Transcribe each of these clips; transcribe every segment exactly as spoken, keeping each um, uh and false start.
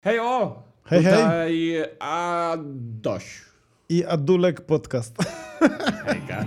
Hej o! Hej, hej. Tutaj Adoś. I Adulek Podcast. Hejka.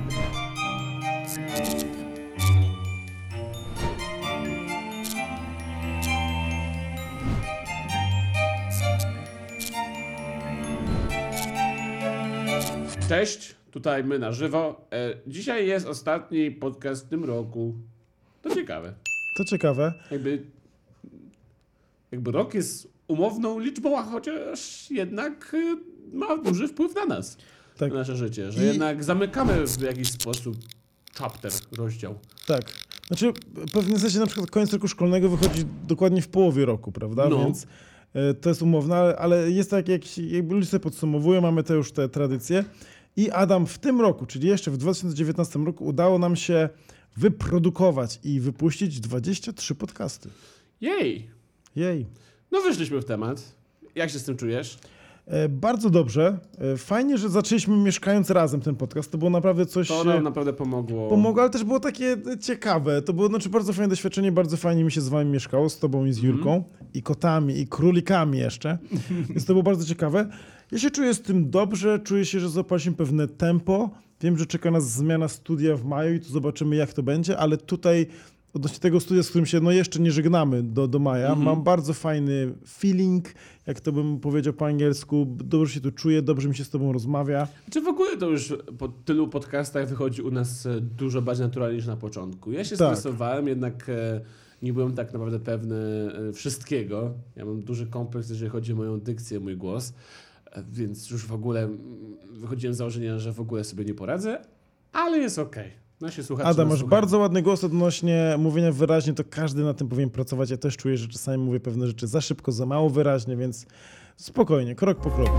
Cześć, tutaj my na żywo. E, dzisiaj jest ostatni podcast w tym roku. To ciekawe. To ciekawe. Jakby, jakby rok jest umowną liczbą, a chociaż jednak y, ma duży wpływ na nas, Tak. na nasze życie, że I- jednak zamykamy w jakiś sposób chapter, rozdział. Tak. Znaczy, w pewnym sensie na przykład koniec roku szkolnego wychodzi dokładnie w połowie roku, prawda? No. Więc e, to jest umowne, ale, ale jest tak, jak, jakby ludzie sobie podsumowują, mamy te już te tradycje. I Adam, w tym roku, czyli jeszcze w dwa tysiące dziewiętnastym roku udało nam się wyprodukować i wypuścić dwadzieścia trzy podcasty. Jej! Jej. No wyszliśmy w temat. Jak się z tym czujesz? E, bardzo dobrze. E, fajnie, że zaczęliśmy mieszkając razem ten podcast. To było naprawdę coś... To e, nam naprawdę pomogło. Pomogło, ale też było takie ciekawe. To było znaczy, bardzo fajne doświadczenie, bardzo fajnie mi się z wami mieszkało, z tobą i z Jurką, Mhm. i kotami, i królikami jeszcze. Więc to było bardzo ciekawe. Ja się czuję z tym dobrze, czuję się, że złapaliśmy pewne tempo. Wiem, że czeka nas zmiana studia w maju i tu zobaczymy, jak to będzie, ale tutaj odnośnie tego studia, z którym się no jeszcze nie żegnamy do, do maja, Mhm. mam bardzo fajny feeling, jak to bym powiedział po angielsku. Dobrze się tu czuję, dobrze mi się z tobą rozmawia. Czy w ogóle to już po tylu podcastach wychodzi u nas e, dużo bardziej naturalnie niż na początku? Ja się Tak. stresowałem, jednak e, nie byłem tak naprawdę pewny e, wszystkiego. Ja mam duży kompleks, jeżeli chodzi o moją dykcję, mój głos, e, więc już w ogóle mm, wychodziłem z założenia, że w ogóle sobie nie poradzę, ale jest okej. Nasi słuchacze Adam, nas masz słuchają. bardzo ładny głos odnośnie mówienia wyraźnie, to każdy na tym powinien pracować. Ja też czuję, że czasami mówię pewne rzeczy za szybko, za mało wyraźnie, więc spokojnie, krok po kroku.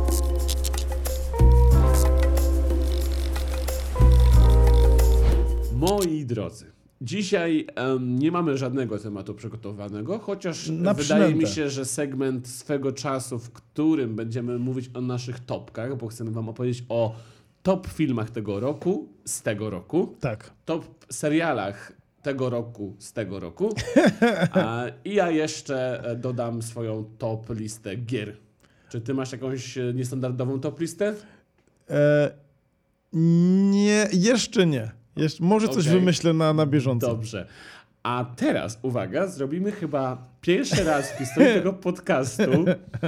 Moi drodzy, dzisiaj em, nie mamy żadnego tematu przygotowanego, chociaż Na wydaje mi przynętę. się, że segment swego czasu, w którym będziemy mówić o naszych topkach, bo chcemy wam opowiedzieć o top filmach tego roku, z tego roku, Tak. top serialach tego roku, z tego roku, a, i ja jeszcze e, dodam swoją top listę gier. Czy ty masz jakąś e, niestandardową top listę? E, nie, jeszcze nie. Jeszcze, może coś Okej. wymyślę na, na bieżąco. Dobrze. A teraz, uwaga, zrobimy chyba pierwszy raz w historii tego podcastu.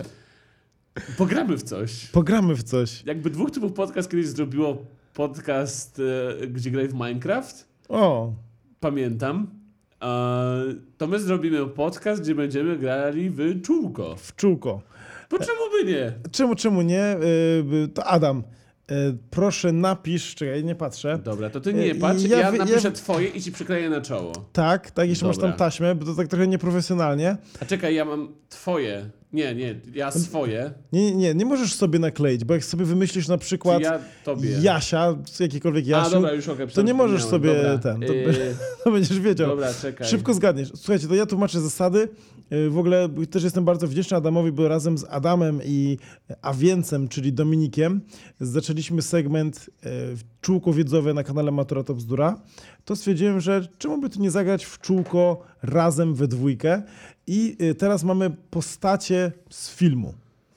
Pogramy w coś. Pogramy w coś. Jakby dwóch typów podcast kiedyś zrobiło podcast, e, gdzie grali w Minecraft. O, Pamiętam. E, to my zrobimy podcast, gdzie będziemy grali w czółko. w czółko. Bo czemu by nie? Czemu, czemu nie? Y, to Adam, y, proszę napisz, czekaj, nie patrzę. Dobra, to ty nie E, patrz, ja ja, wy- napiszę ja- twoje i ci przykleję na czoło. Tak, tak, jeszcze masz Dobra. tam taśmę, bo to tak trochę nieprofesjonalnie. A czekaj, ja mam twoje. Nie, nie, ja swoje. Nie, nie, nie, nie możesz sobie nakleić, bo jak sobie wymyślisz na Czy przykład ja tobie. Jasia, jakikolwiek A, Jasiu, dobra, już okej. to nie możesz zapomniałem. sobie Dobra. ten, to- Yy, to będziesz wiedział. dobra, czekaj. Szybko zgadniesz. Słuchajcie, to ja tłumaczę zasady. Yy, W ogóle też jestem bardzo wdzięczny Adamowi, bo razem z Adamem i Awiencem, czyli Dominikiem, zaczęliśmy segment yy, czółko wiedzowe na kanale Matura to Bzdura. To stwierdziłem, że czemu by tu nie zagrać w czółko razem we dwójkę. I yy, teraz mamy postacie z filmu.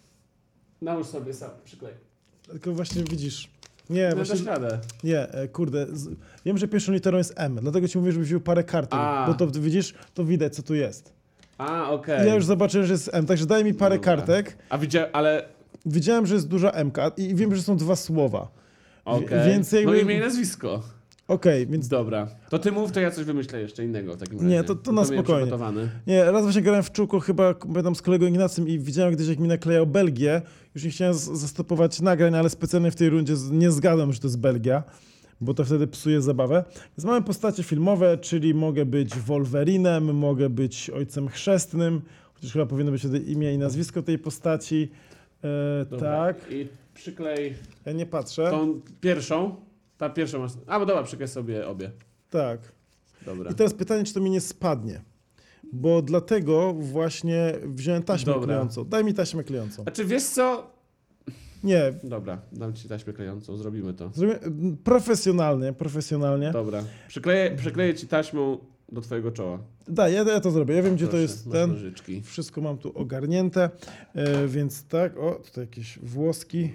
Nałóż sobie sam, przyklej. Tylko właśnie widzisz... Nie, Nie właśnie... dasz radę. Nie, e, kurde, z, wiem, że pierwszą literą jest M, dlatego ci mówię, żebyś wziął parę kartek, A. bo to widzisz, to widać, co tu jest. A, I okej. ja już zobaczyłem, że jest M, także daj mi parę Dobra. kartek. A widziałem, ale... Widziałem, że jest duża M i wiem, że są dwa słowa. Okej. więc jakby- No imię i nazwisko. Okej, więc Dobra. To ty mów, to ja coś wymyślę jeszcze innego w takim razie. Nie, to- to na miałem spokojnie. przygotowany. nie, raz właśnie grałem w czółko, chyba pamiętam z kolegą Ignacym i widziałem kiedyś, jak mi naklejał Belgię. Już nie chciałem z- zastopować nagrań, ale specjalnie w tej rundzie z- nie zgadłem, że to jest Belgia, bo to wtedy psuje zabawę. Więc mamy postacie filmowe, czyli mogę być Wolverinem, mogę być Ojcem Chrzestnym, chociaż chyba powinno być wtedy imię i nazwisko tej postaci. E, Dobra. tak, I przyklej ja nie patrzę. tą pierwszą. Ta pierwszą masz... A, bo dobra, przyklej sobie obie. Tak. Dobra. I teraz pytanie, czy to mi nie spadnie. Bo dlatego właśnie wziąłem taśmę Dobra. klejącą. Daj mi taśmę klejącą. A czy wiesz co? Nie, Dobra, dam ci taśmę klejącą, zrobimy to. zrobię profesjonalnie, profesjonalnie. Dobra. Przykleję, przykleję ci taśmą do twojego czoła. Da, ja, ja to zrobię. Ja wiem, gdzie Proszę, to jest masz ten. nożyczki. Wszystko mam tu ogarnięte, e, więc tak, o, tutaj jakieś włoski.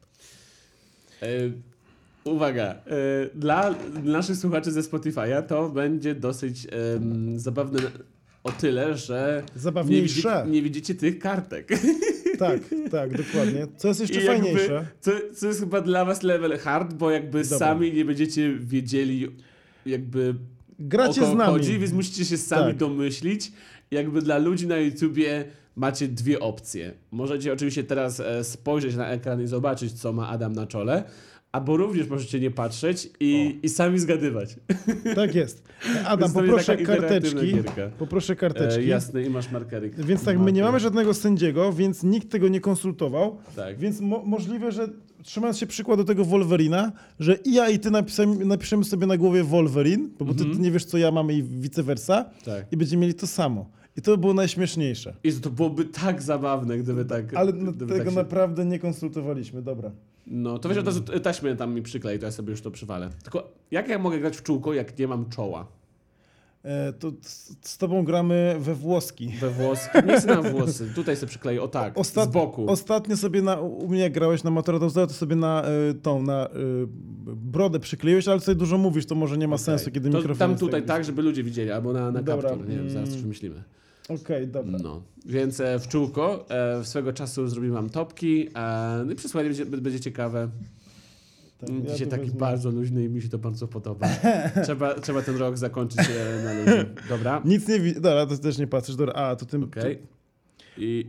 E, uwaga, e, dla, dla naszych słuchaczy ze Spotify'a to będzie dosyć em, zabawne o tyle, że nie, widzi, Zabawniejsze. nie widzicie tych kartek. Tak, tak, dokładnie. Co jest jeszcze I jakby- fajniejsze. Co, co jest chyba dla was level hard, bo jakby Dobra. sami nie będziecie wiedzieli jakby Gracie o kogo z nami. chodzi, więc musicie się sami Tak. domyślić. Jakby dla ludzi na YouTubie macie dwie opcje. Możecie oczywiście teraz e, spojrzeć na ekran i zobaczyć, co ma Adam na czole, albo również możecie nie patrzeć i, i sami zgadywać. Tak jest. Adam, Więc to będzie poproszę taka interaktywna karteczki. gierka. Poproszę E, karteczki. jasne, i masz markery. Więc tak, my nie mamy żadnego sędziego, więc nikt tego nie konsultował. Tak. Więc mo- możliwe, że trzymając się przykładu tego Wolverina, że i ja i ty napisamy, napiszemy sobie na głowie Wolverine, bo Mhm. ty, ty nie wiesz, co ja mam i vice versa. Tak. I będziemy mieli to samo. I to by było najśmieszniejsze. I to byłoby tak zabawne, gdyby tak... Ale no, gdyby tego tak się... naprawdę nie konsultowaliśmy. Dobra. No, to weź od razu taśmę tam mi przyklej, to ja sobie już to przywalę. Tylko jak ja mogę grać w czółko, jak nie mam czoła? E, to z, z tobą gramy we włoski. We włosy. Nie chcę na włosy. Tutaj sobie przykleję, o tak, Ostat- z boku. Ostatnio sobie na, u mnie jak grałeś na Matura, to to sobie na y, tą, na y, brodę przykleiłeś, ale tutaj dużo mówisz, to może nie ma Okej. sensu, kiedy to mikrofon tam jest tutaj tak tak, żeby ludzie widzieli, albo na, na Dobra, kaptur, nie wiem, zaraz mm. coś myślimy. Okej, dobra. No, więc e, w czółko, e, swego czasu zrobiłem wam topki, e, no i przesłanie będzie, będzie ciekawe. Tak, Mm, ja Dzisiaj tu taki wezmę. bardzo luźny i mi się to bardzo podoba. trzeba, trzeba ten rok zakończyć e, na luzie. Dobra, Nic nie widzę. Dobra, to też nie patrzysz. Dobra, a to tym. okej. I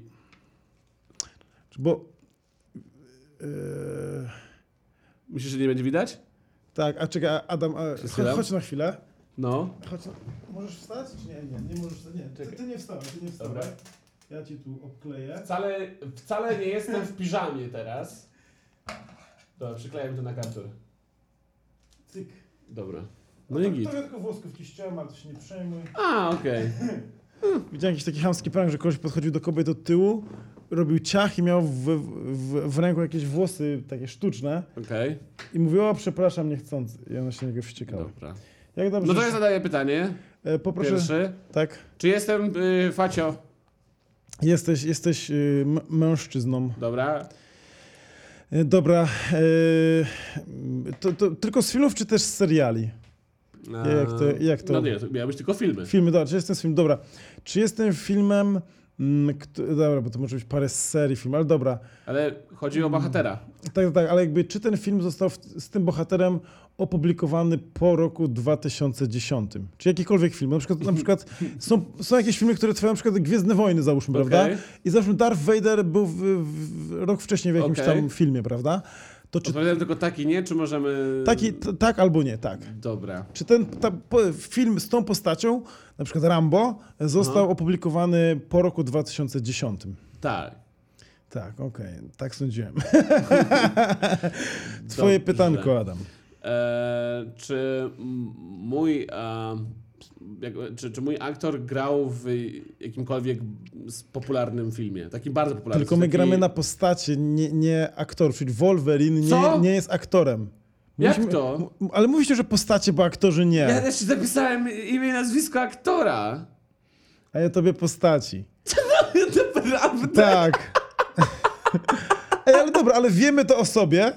To, bo. Yy, myślisz, że nie będzie widać? tak, a czekaj, a Adam, a, chodź, Przesyłam. chodź na chwilę. No. Chodź na, możesz wstać? Czy nie, nie, nie możesz. Nie, ty, ty nie wstałeś, ty nie wstałeś. Dobra. Ja ci tu obkleję. Wcale, wcale nie jestem w piżamie teraz. Dobra, przyklejam to na kaptur. Cyk. Dobra. No No i to, git. to ja tylko włosków ci ściąłem, ale to się nie przejmuj. A, okej. Widziałem jakiś taki chamski prank, że kogoś podchodził do kobiety od tyłu, robił ciach i miał w, w, w ręku jakieś włosy takie sztuczne Okej. i mówił, o przepraszam, niechcący. I ona się niego wściekała. Dobra. Jak dobrze, No to że- ja zadaję pytanie. e, poproszę, Pierwszy. tak, Czy jestem y, facio? jesteś, jesteś y, m- mężczyzną. Dobra. E, dobra, e, to, to tylko z filmów czy też z seriali? A, Jak to- jak to? No nie, to miały być tylko filmy. Filmy, dobra, czy jestem z film, dobra. Czy jestem filmem, mm, kto, dobra, bo to może być parę serii film, ale dobra. Ale chodzi o bohatera. Tak, tak, ale jakby czy ten film został w, z tym bohaterem opublikowany po roku dwa tysiące dziesiątym? Czy jakikolwiek film? Na przykład, na przykład są, są jakieś filmy, które trwają na przykład Gwiezdne Wojny, załóżmy, Okej. prawda? I załóżmy Darth Vader był w, w, rok wcześniej w jakimś Okej. tam filmie, prawda? To czy Odpowiadam tylko taki nie, czy możemy... taki, t, tak albo nie, tak. Dobra. Czy ten ta, po, film z tą postacią, na przykład Rambo, został Aha. opublikowany po roku dwa tysiące dziesiątym? Tak. Tak, okej, tak sądziłem. Twoje Dobrze. pytanko, Adam. E, czy m- mój... E, jak, czy, czy mój aktor grał w jakimkolwiek s- popularnym filmie? Takim bardzo popularnym. Tylko my taki... gramy na postacie, nie, nie aktorów, czyli Wolverine nie, Co? nie jest aktorem. Jak Mówiliśmy- to? m- Ale mówicie, że postacie, bo aktorzy nie. Ja też zapisałem imię i nazwisko aktora. A ja tobie postaci. Naprawdę? Tak. Ej, ale dobra, ale wiemy to o sobie.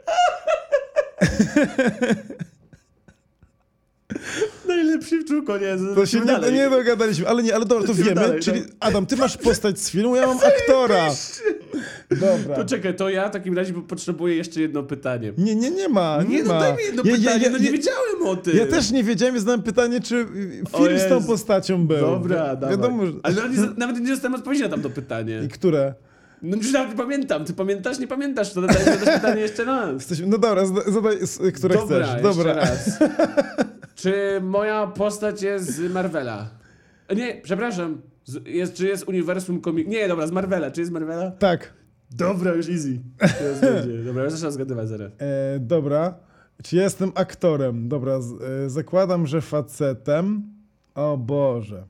Najlepszy w czółko, nie? To się nie, dalej. nie dogadaliśmy, ale nie, ale dobra, to Lecimy wiemy. dalej, Czyli no. Adam, ty masz postać z filmu, ja mam aktora. Dobra. To czekaj, to ja w takim razie potrzebuję jeszcze jedno pytanie. Nie, nie, nie ma. Nie, Nie, no ma. daj mi jedno Ja- ja- pytanie, ja- no nie ja- wiedziałem o tym. Ja też nie wiedziałem, więc zadałem pytanie, czy film z tą Jezu. postacią był. Dobra, Wi- dawaj. Wiadomo, że... Ale nawet nie, nawet nie dostałem odpowiedzi na tamto pytanie. I które? No już nawet nie pamiętam. Ty pamiętasz? Nie pamiętasz? To daj zadać pytanie jeszcze raz. Jesteśmy... No dobra, zada- zadaj, s- które Dobra, chcesz. jeszcze Dobra. raz. Czy moja postać jest z Marvela? E, Nie, przepraszam. Z, jest, czy jest uniwersum komik... Nie, dobra, z Marvela. Czy jest z Marvela? Tak. Dobra, już easy. Teraz będzie. Dobra, ja zaczynam zgadywać zaraz. E, dobra. Czy jestem aktorem? Dobra, z, e, zakładam, że facetem. O Boże.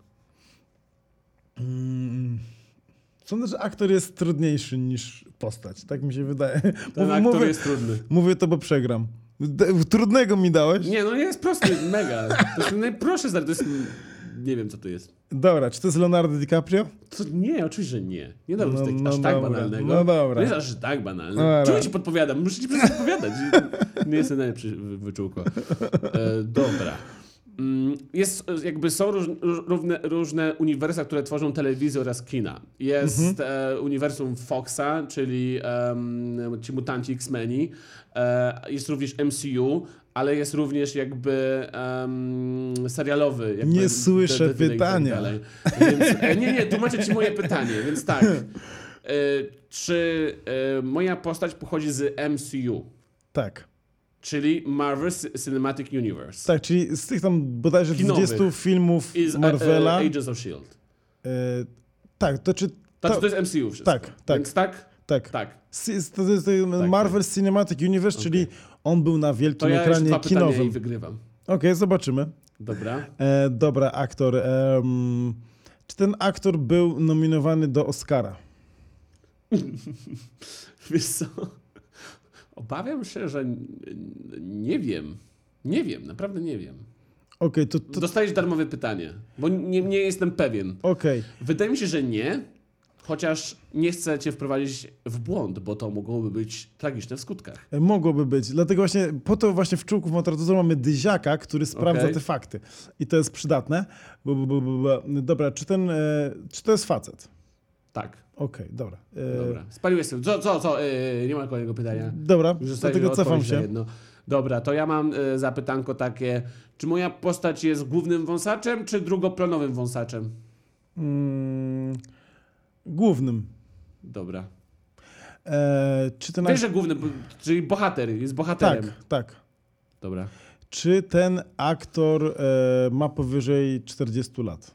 Mm. Sądzę, że aktor jest trudniejszy niż postać. Tak mi się wydaje. Ten Mówię- aktor mówię, jest trudny. mówię to, bo przegram. D- trudnego mi dałeś? Nie, no jest prosty, mega. To jest najprostsze, to jest nie wiem, co to jest. Dobra, czy to jest Leonardo DiCaprio? To nie, oczywiście, że nie. Nie dam No, no, no aż tak dobra, banalnego. no dobra. To jest aż tak banalne. Dobra. Czemu ci podpowiadam? Muszę ci przestać odpowiadać. Nie jestem najlepszy wy- wyczółko. E, dobra. Mm, Jest, jakby są róż, różne, różne uniwersa, które tworzą telewizję oraz kina. Jest Mhm. e, uniwersum Foxa, czyli em, ci mutanci X-Meni. E, jest również M C U, ale jest również jakby em, serialowy. Jakby Nie słyszę D- D- D- i tak pytania. dalej. Więc, e, nie, nie, tłumaczę ci moje pytanie, więc tak. E, czy e, moja postać pochodzi z M C U? Tak. Czyli Marvel C- Cinematic Universe. Tak, czyli z tych tam bodajże Kinowych. dwudziestu filmów I z e, Marvela. e, Agents of S H I E L D. e, tak, to czy... Znaczy To, to jest M C U wszystko. tak, tak. Więc tak? tak. Tak. S- To jest to tak. Marvel Cinematic Universe, czyli on był na To wielkim ja jeszcze ekranie dwa pytania kinowym. i Okej, wygrywam. zobaczymy. Dobra. E, dobra, aktor. Em, czy ten aktor był nominowany do Oscara? Wiesz co? Obawiam się, że n- nie wiem. Nie wiem, naprawdę nie wiem. Okej, to... to Dostajesz darmowe pytanie, bo nie, nie jestem pewien. Okej. Wydaje mi się, że nie, chociaż nie chcę cię wprowadzić w błąd, bo to mogłoby być tragiczne w skutkach. E, Mogłoby być. Dlatego właśnie po to właśnie w Czółku w Motortozu mamy dyziaka, który sprawdza Okej. te fakty. I to jest przydatne. Bu, bu, bu, bu, bu. Dobra, czy ten... E, czy to jest facet? Tak, Okej, dobra. E, dobra. Spaliłeś sobie. Co, co, co? Yy, nie ma kolejnego pytania. Dobra, Już zostaje dlatego cofam odpowiedź na się. jedno. Dobra, to ja mam y, zapytanko takie. Czy moja postać jest głównym wąsaczem, czy drugoplanowym wąsaczem? Mm, głównym. Dobra. E, czy ten... Wiesz, że główny, b- czyli bohater, jest bohaterem. Tak, tak. Dobra. Czy ten aktor e, ma powyżej czterdziestu lat?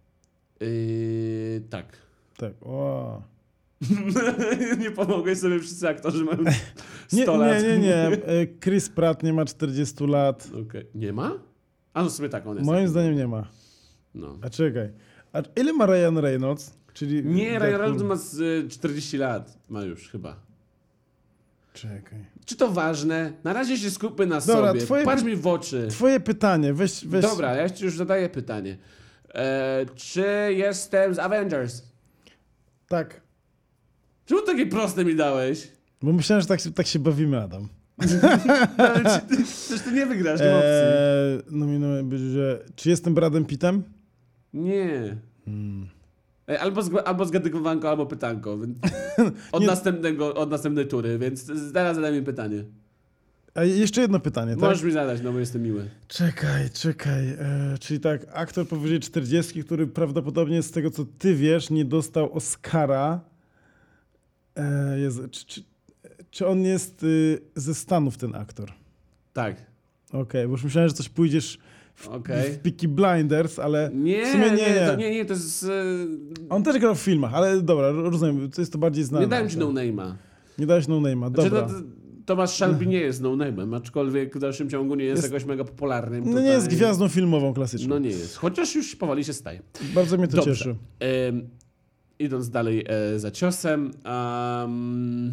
Yy, tak. Tak. O. Nie pomogłeś sobie, wszyscy aktorzy mają Nie, sto lat. nie, nie, nie. E, Chris Pratt nie ma czterdziestu lat. Okej. Nie ma? A no w sumie tak, on jest. Moim taki. zdaniem nie ma. No. A czekaj. A ile ma Ryan Reynolds? Czyli Nie, Ryan Deadpool? Reynolds ma z, y, czterdzieści lat. Ma już chyba. Czekaj. Czy to ważne? Na razie się skupmy na Dobra, sobie. twoje Patrz py- mi w oczy. Twoje pytanie, weź... weź... Dobra, ja ci już zadaję pytanie. E, czy jestem z Avengers? Tak. Czemu takie proste mi dałeś? Bo myślałem, że tak, się- tak się bawimy, Adam. No, ale czy ty, przecież ty nie wygrasz, nie ma opcji. Eee, nominuję, że... Czy jestem Bradem Pittem? Nie. Hmm. Ej, Albo, zg- albo zgadywanko, albo pytanko. Więc od, Nie. następnego, od następnej tury, więc zaraz zadaj mi pytanie. A jeszcze jedno pytanie, tak? Możesz mi zadać, no bo jestem miły. Czekaj, czekaj. E, czyli tak, aktor powyżej czterdziestki, który prawdopodobnie z tego, co ty wiesz, nie dostał Oscara. E, Jezu, czy, czy, czy on jest y, ze Stanów, ten aktor? Tak. Okej, bo już myślałem, że coś pójdziesz w, Okej. w Peaky Blinders, ale Nie, w sumie nie, nie, nie. to nie, nie, to jest... e, On też grał w filmach, ale dobra, rozumiem, to jest to bardziej znane. Nie dałem ci no name'a. Nie dałeś no name'a, Znaczy, dobra. no, to- Thomas Shelby nie jest no name'em, aczkolwiek w dalszym ciągu nie jest, Jest- jakoś mega popularnym. No tutaj. nie jest gwiazdą filmową klasyczną. No nie jest, chociaż już powoli się staje. Bardzo mnie to Dobrze. cieszy. Em, idąc dalej e, za ciosem. Um,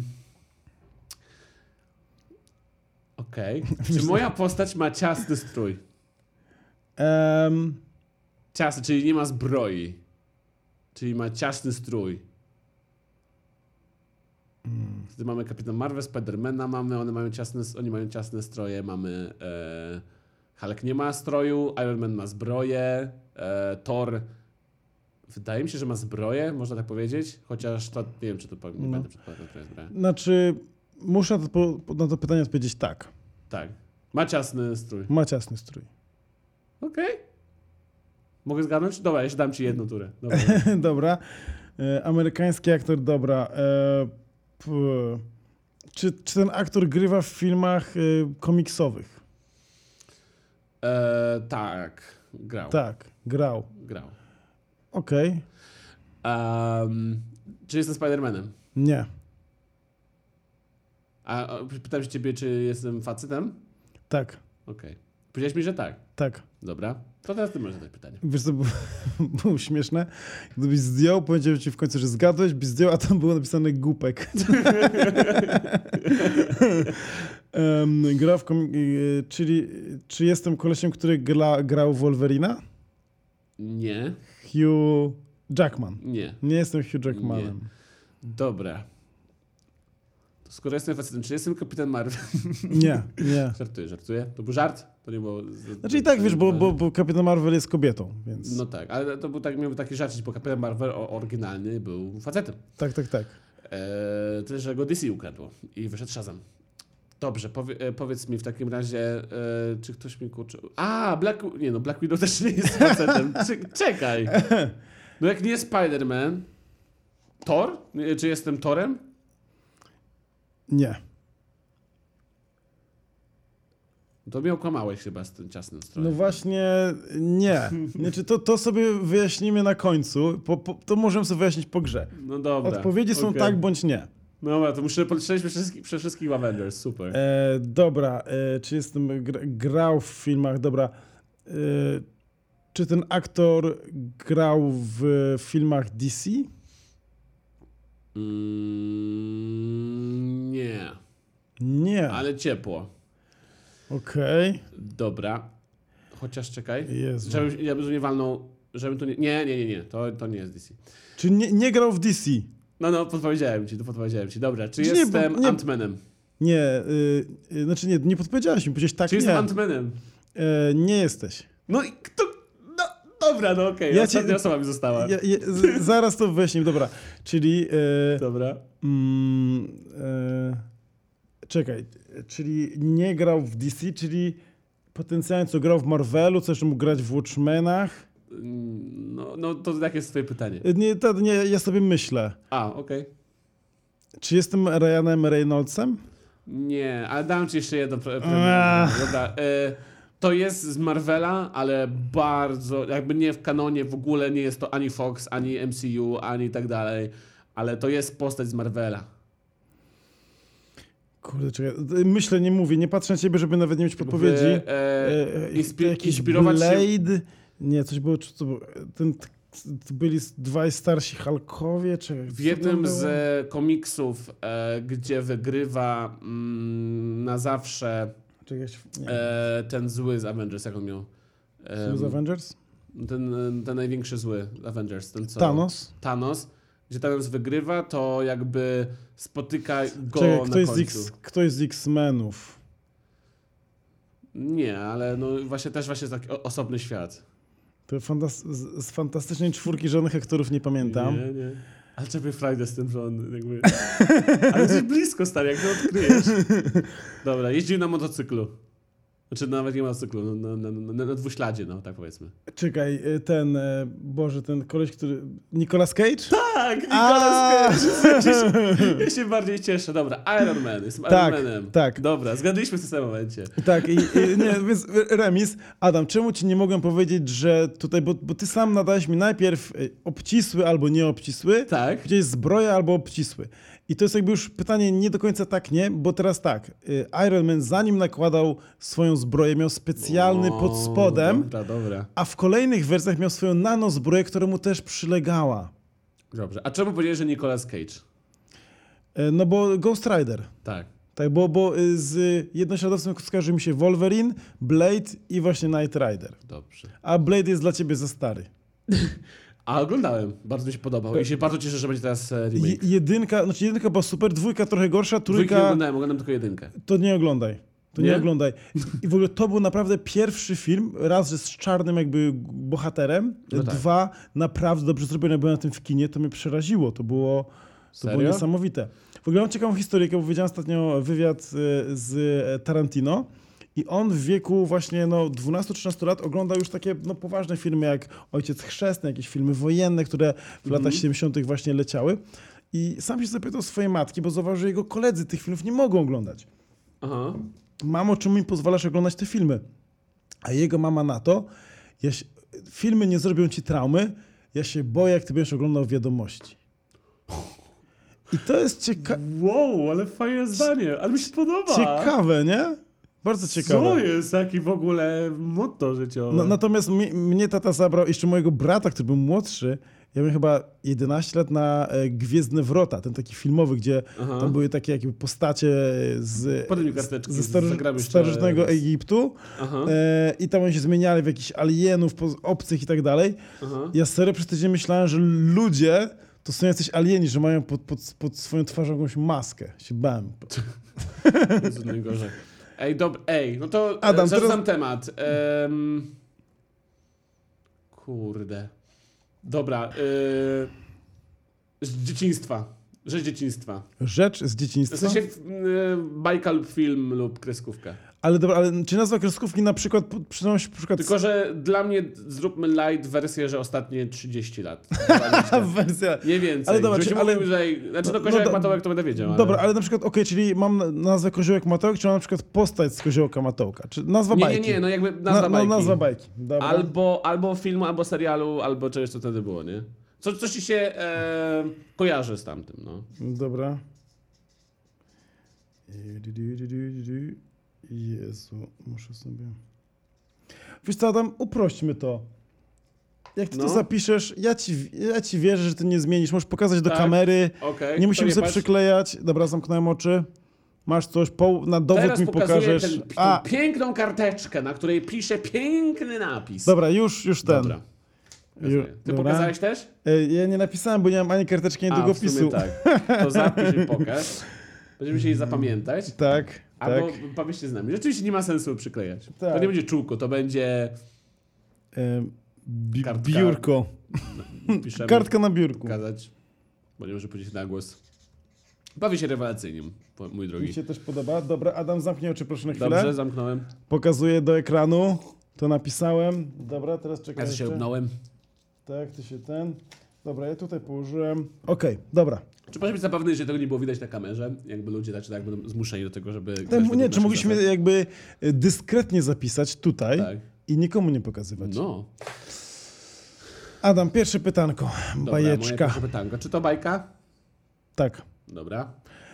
Okej. Czy moja postać ma ciasny strój? Em, Ciasny, czyli nie ma zbroi. Czyli ma ciasny strój. Wtedy mamy Kapitan Marvel, Spidermana mamy, one mają ciasne, oni mają ciasne stroje, mamy e, Hulk nie ma stroju, Iron Man ma zbroję, e, Thor wydaje mi się, że ma zbroję, można tak powiedzieć, chociaż to nie wiem, czy to powiem, nie No. będę przedpowiadał, która jest zbroja. znaczy, muszę na to, po- na to pytanie odpowiedzieć tak. Tak, ma ciasny strój. Ma ciasny strój. Okej. Mogę zgadnąć? Dobra, jeszcze dam ci jedną turę. Dobra. Dobra. E, amerykański aktor, dobra. E, p, czy, czy ten aktor grywa w filmach e, komiksowych? E, tak, grał. Tak, grał. Grał. Okej. Um, czy jestem Spidermanem? Nie. A a, pytam się ciebie, czy jestem facetem? Tak, Okej. Powiedziałeś mi, że tak. tak. Dobra. To teraz ty możesz zadać pytanie. Wiesz, co było, było śmieszne? Gdybyś zdjął, powiedział ci w końcu, że zgadłeś, byś zdjął, a tam było napisane głupek. um, gra w komik... e, czyli czy jestem kolesiem, który gra, grał Wolverina? Nie. Hugh Jackman. Nie. Nie jestem Hugh Jackmanem. Dobra. To skoro jestem facetem, czy jestem Kapitan Marvel? Nie, nie. Żartuję, żartuję. To był żart? To nie było... Znaczy i tak, wiesz, bo, bo, bo Kapitan Marvel jest kobietą, więc... No tak, ale to był tak, miał taki żart, bo Kapitan Marvel o- oryginalny był facetem. Tak, tak, tak. Eee, tyle, że go D C ukradło i wyszedł Shazam. Dobrze, powie, e, powiedz mi w takim razie, e, czy ktoś mi kurczy... A, Black... Nie no, Black Widow też nie jest facetem. Cze- czekaj. No jak nie Spider-Man, Thor? Nie, czy jestem Thorem? Nie. To mnie okłamałeś chyba z tym ciasnym strojem. No właśnie nie. Znaczy to, to sobie wyjaśnimy na końcu. Po, po, to możemy sobie wyjaśnić po grze. No dobra. Odpowiedzi są okej. tak bądź nie. Dobra, to muszę policzyć przez wszystkich, przez wszystkich Avengers, super. E, dobra, e, czy jestem gra, grał w filmach? Dobra. E, czy ten aktor grał w filmach D C? Mm, nie, Nie. ale ciepło. Okej. Dobra. Chociaż czekaj. Jezu. Żebym, ja bym nie walnął, żebym to nie... Nie, nie, nie, nie. To, to nie jest D C. Czy nie, nie grał w D C? No, no, podpowiedziałem ci, to podpowiedziałem ci. Dobra, czy Nie, bo- jestem nie- Ant-Manem? Nie. Y, y, znaczy nie, nie podpowiedziałeś mi. Powiedziałeś tak, Czy nie. jestem Ant-Manem? E, nie jesteś. No i kto... No, dobra, no okej. Ja Ja ci- Ostatnia osoba mi została. Ja, ja, z, zaraz to wyjaśnię. Dobra. Czyli... E, Dobra. Mm, e, czekaj, czyli nie grał w D C, czyli potencjalnie co grał w Marvelu, co jeszcze mógł grać w Watchmenach. Mm, No, no to jakie jest twoje pytanie? E, Nie, to, nie, ja sobie myślę. A, okej. Czy jestem Ryanem Reynoldsem? Nie, ale dam ci jeszcze jedno. Pre- pre- Ach. Dobra. E, to jest z Marvela, ale bardzo, jakby nie w kanonie w ogóle, nie jest to ani Fox, ani M C U, ani tak dalej, ale to jest postać z Marvela. Kurde, czekaj. Myślę, nie mówię, nie patrzę na ciebie, żeby nawet nie mieć podpowiedzi. W, e, E, inspi- jakiś inspirować się... Blade? Nie, coś było, czy to było? Ten, to byli dwaj starsi Hulkowie, czy W jednym z e, komiksów, e, gdzie wygrywa mm, na zawsze Czekaj, ja się- nie. e, ten zły z Avengers, jak on miał? Czy z Em, Avengers? ten, ten największy zły Avengers, ten co... Thanos? Thanos, gdzie Thanos wygrywa, to jakby spotyka go Czekaj, na kto jest, z końcu. X, kto jest z X-Menów? Nie, ale no właśnie też właśnie taki o- osobny świat. To fantas- z, z fantastycznej czwórki żadnych aktorów nie pamiętam. Nie, nie. Ale czepie frajdę z tym, że on jakby... Ale gdzieś blisko, stary, jak to odkryjesz. Dobra, jeździł na motocyklu. Znaczy nawet nie motocyklu, no, na, na, na, na dwuśladzie, no tak powiedzmy. Czekaj, y, ten, e, Boże, ten koleś, który... Nicolas Cage? Tak, A! Nicolas Cage. Ja się, ja się bardziej cieszę. Dobra, Iron Man, jestem Tak, Iron Manem. tak. Dobra, zgadliśmy w tym samym momencie. Tak, i, i nie, więc remis. Adam, czemu ci nie mogłem powiedzieć, że tutaj, bo, bo ty sam nadałeś mi najpierw y, obcisły albo nieobcisły, Tak. gdzieś zbroja albo obcisły. I to jest jakby już pytanie nie do końca tak, nie? Bo teraz tak, y, Iron Man zanim nakładał swoją zbroję, miał specjalny O, pod spodem, Dobra, dobra. a w kolejnych wersjach miał swoją nanozbroję, która mu też przylegała. Dobrze. A czemu powiedziałeś, że Nicolas Cage? Y, No bo Ghost Rider. Tak. Tak, bo, bo y, z jednośladowcem skojarzy mi się Wolverine, Blade i właśnie Knight Rider. Dobrze. A Blade jest dla ciebie za stary. A oglądałem. Bardzo mi się podobał. I się bardzo cieszę, że będzie teraz e, Je, remake. jedynka, znaczy jedynka była super, dwójka trochę gorsza, Dwójki nie trójka oglądałem, oglądam tylko jedynkę. to nie oglądaj. To nie, Nie? oglądaj. I w ogóle to był naprawdę pierwszy film, raz, że z czarnym jakby bohaterem, No tak. dwa, naprawdę dobrze zrobione. Byłem na tym w kinie, to mnie przeraziło. To było, to było Serio? niesamowite. W ogóle mam ciekawą historyjkę, bo widziałem ostatnio wywiad y, z Tarantino i on w wieku właśnie no, dwunastu-trzynastu lat oglądał już takie no, poważne filmy jak Ojciec Chrzestny, jakieś filmy wojenne, które w latach siedemdziesiątych właśnie leciały. I sam się zapytał swojej matki, bo zauważył, że jego koledzy tych filmów nie mogą oglądać. Aha. Mamo, czemu mi pozwalasz oglądać te filmy? A jego mama na to, ja się, filmy nie zrobią ci traumy, ja się boję, jak ty będziesz oglądał Wiadomości. I to jest cieka Wow, ale fajne zdanie, ale mi się podoba. ciekawe, nie? Bardzo ciekawe. Co jest taki w ogóle motto życiowe? No, natomiast mi, mnie tata zabrał, jeszcze mojego brata, który był młodszy, Ja miałem chyba jedenaście lat na e, Gwiezdne Wrota, ten taki filmowy, gdzie Aha. tam były takie jakby postacie z, Podaj mi z, karteczki, ze staroż, zagramy jeszcze starożytnego raz. Egiptu Aha. e, i tam oni się zmieniali w jakichś alienów, po- obcych i tak dalej. Aha. Ja serio przez tydzień myślałem, że ludzie to są jacyś alieni, że mają pod, pod, pod swoją twarzą jakąś maskę. Się bałem. Jezu, najgorzej. Ej, dob- ej, no to Adam, Adam, zarzucam teraz- temat. Em, Kurde. Dobra. y, Z dzieciństwa. Rzecz dzieciństwa. Rzecz z W dzieciństwa. sensie y, bajka lub film lub kreskówka. Ale dobra, ale czy nazwa kreskówki na przykład po- przynosi na przykład Tylko, że dla mnie zróbmy light wersję, że ostatnie trzydzieści lat. wersja. Nie więcej. Ale dobra, Żebyśmy czy- ale- mówili tutaj, znaczy no no koziołek do- matołek to będę wiedział. Ale... Dobra, ale na przykład, okej, czyli mam na- nazwę Koziołek Matołek, czy mam na przykład postać z Koziołka Matołka? Czy nazwa Nie, bajki? nie, nie, no jakby nazwa Na, na, bajki. nazwa bajki. Dobra. Albo, albo filmu, albo serialu, albo czegoś, co wtedy było, nie? Co, coś ci się e, kojarzy z tamtym, no. Dobra. Jezu, muszę sobie... Wiesz co, Adam, uprośćmy to. Jak ty No. to zapiszesz, ja ci, ja ci wierzę, że ty nie zmienisz. Możesz pokazać do Tak. kamery, Okej. nie to musimy sobie patrz. przyklejać. Dobra, zamknąłem oczy. Masz coś, po, na dowód Teraz mi pokazuję pokażesz. ten, tą A, piękną karteczkę, na której pisze piękny napis. dobra, już, już ten. Dobra. Ju- Ty dobra. pokazałeś też? E, Ja nie napisałem, bo nie mam ani karteczki, ani A, w długopisu. sumie tak. To zapisz i pokaż. Będziemy musieli zapamiętać. Tak, Albo tak. pomyślcie z nami. Rzeczywiście nie ma sensu przyklejać. Tak. To nie będzie czółko, to będzie... E, bi- Kartka. biurko. Piszemy, Kartka na biurku. pokazać, bo nie może powiedzieć na głos. Bawi się rewelacyjnie, po- mój drogi. Mi się też podoba. Dobra, Adam, zamknij oczy proszę na chwilę. Dobrze, zamknąłem. Pokazuję do ekranu. To napisałem. Dobra, teraz czekaj. Ja się jeszcze. obnąłem. Tak, ty się ten. Dobra, ja tutaj położyłem. Okej, dobra. Czy może być zabawny, że tego nie było widać na kamerze? Jakby ludzie tak, czy tak będą zmuszeni do tego, żeby... grać Ten, według nie, czy naszych mogliśmy zasad? jakby e, dyskretnie zapisać tutaj Tak. i nikomu nie pokazywać. No. Adam, pierwsze pytanko. Dobra, moje Bajeczka. pierwsze pytanko. Czy to bajka? Tak. Dobra.